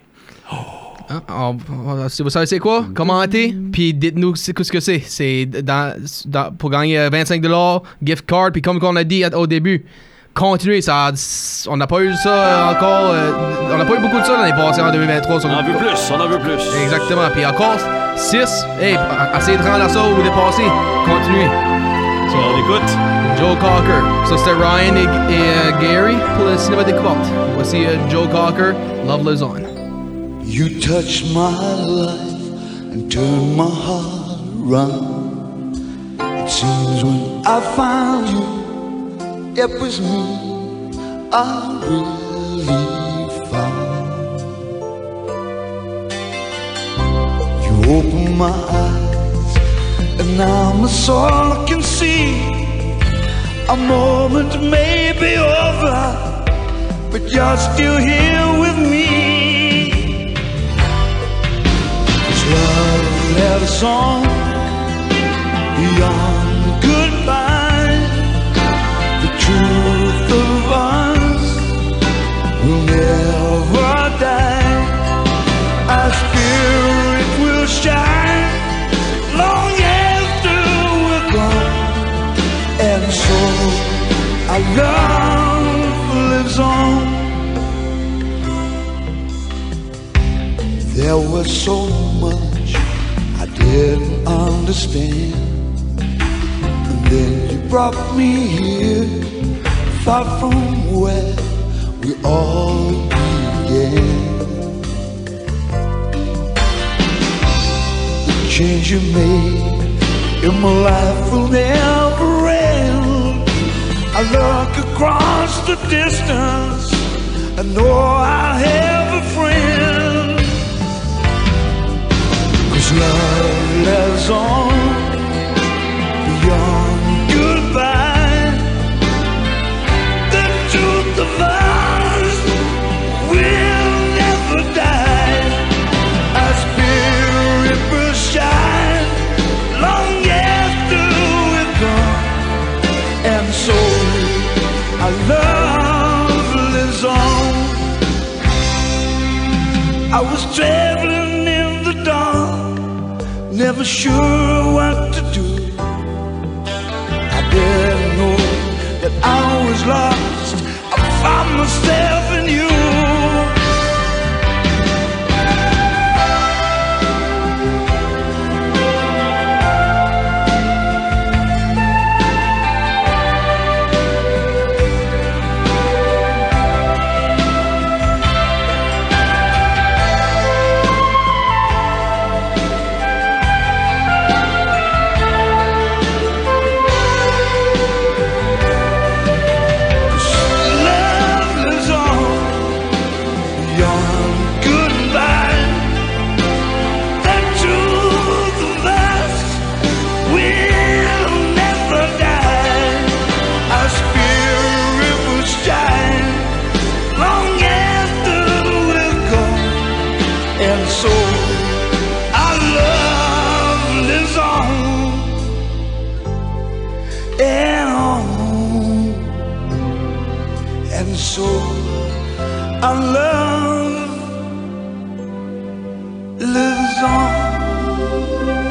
Si vous savez c'est quoi, commentez, puis dites-nous ce que c'est. C'est pour gagner 25$, gift card, puis comme on a dit au début, continuez. On n'a pas eu ça encore. On n'a pas eu beaucoup de ça l'année passée en 2023. On en veut plus. Exactement. Puis encore 6, essayez de rendre ça ou dépasser. Continuez. On écoute Joe Cocker. Ça c'était Ryan et Gary pour le cinéma découverte. Voici Joe Cocker, Love Lives On. You touched my life and turned my heart around. It seems when I found you, it was me I really found. You opened my eyes and now my soul can see. A moment may be over, but you're still here with me. Love lives on beyond goodbye. The truth of us will never die. Our spirit will shine long after we're gone. And so our love lives on. There was so much I didn't understand, and then you brought me here, far from where we all began. The change you made in my life will never end. I look across the distance, I know I have a friend. Love lives on beyond goodbye. The truth of us will never die. Our spirit will shine long after we're gone. And so our love lives on. I was traveling in the dark, never sure what to do. I didn't know that I was lost. I found myself in you. Our love lives on.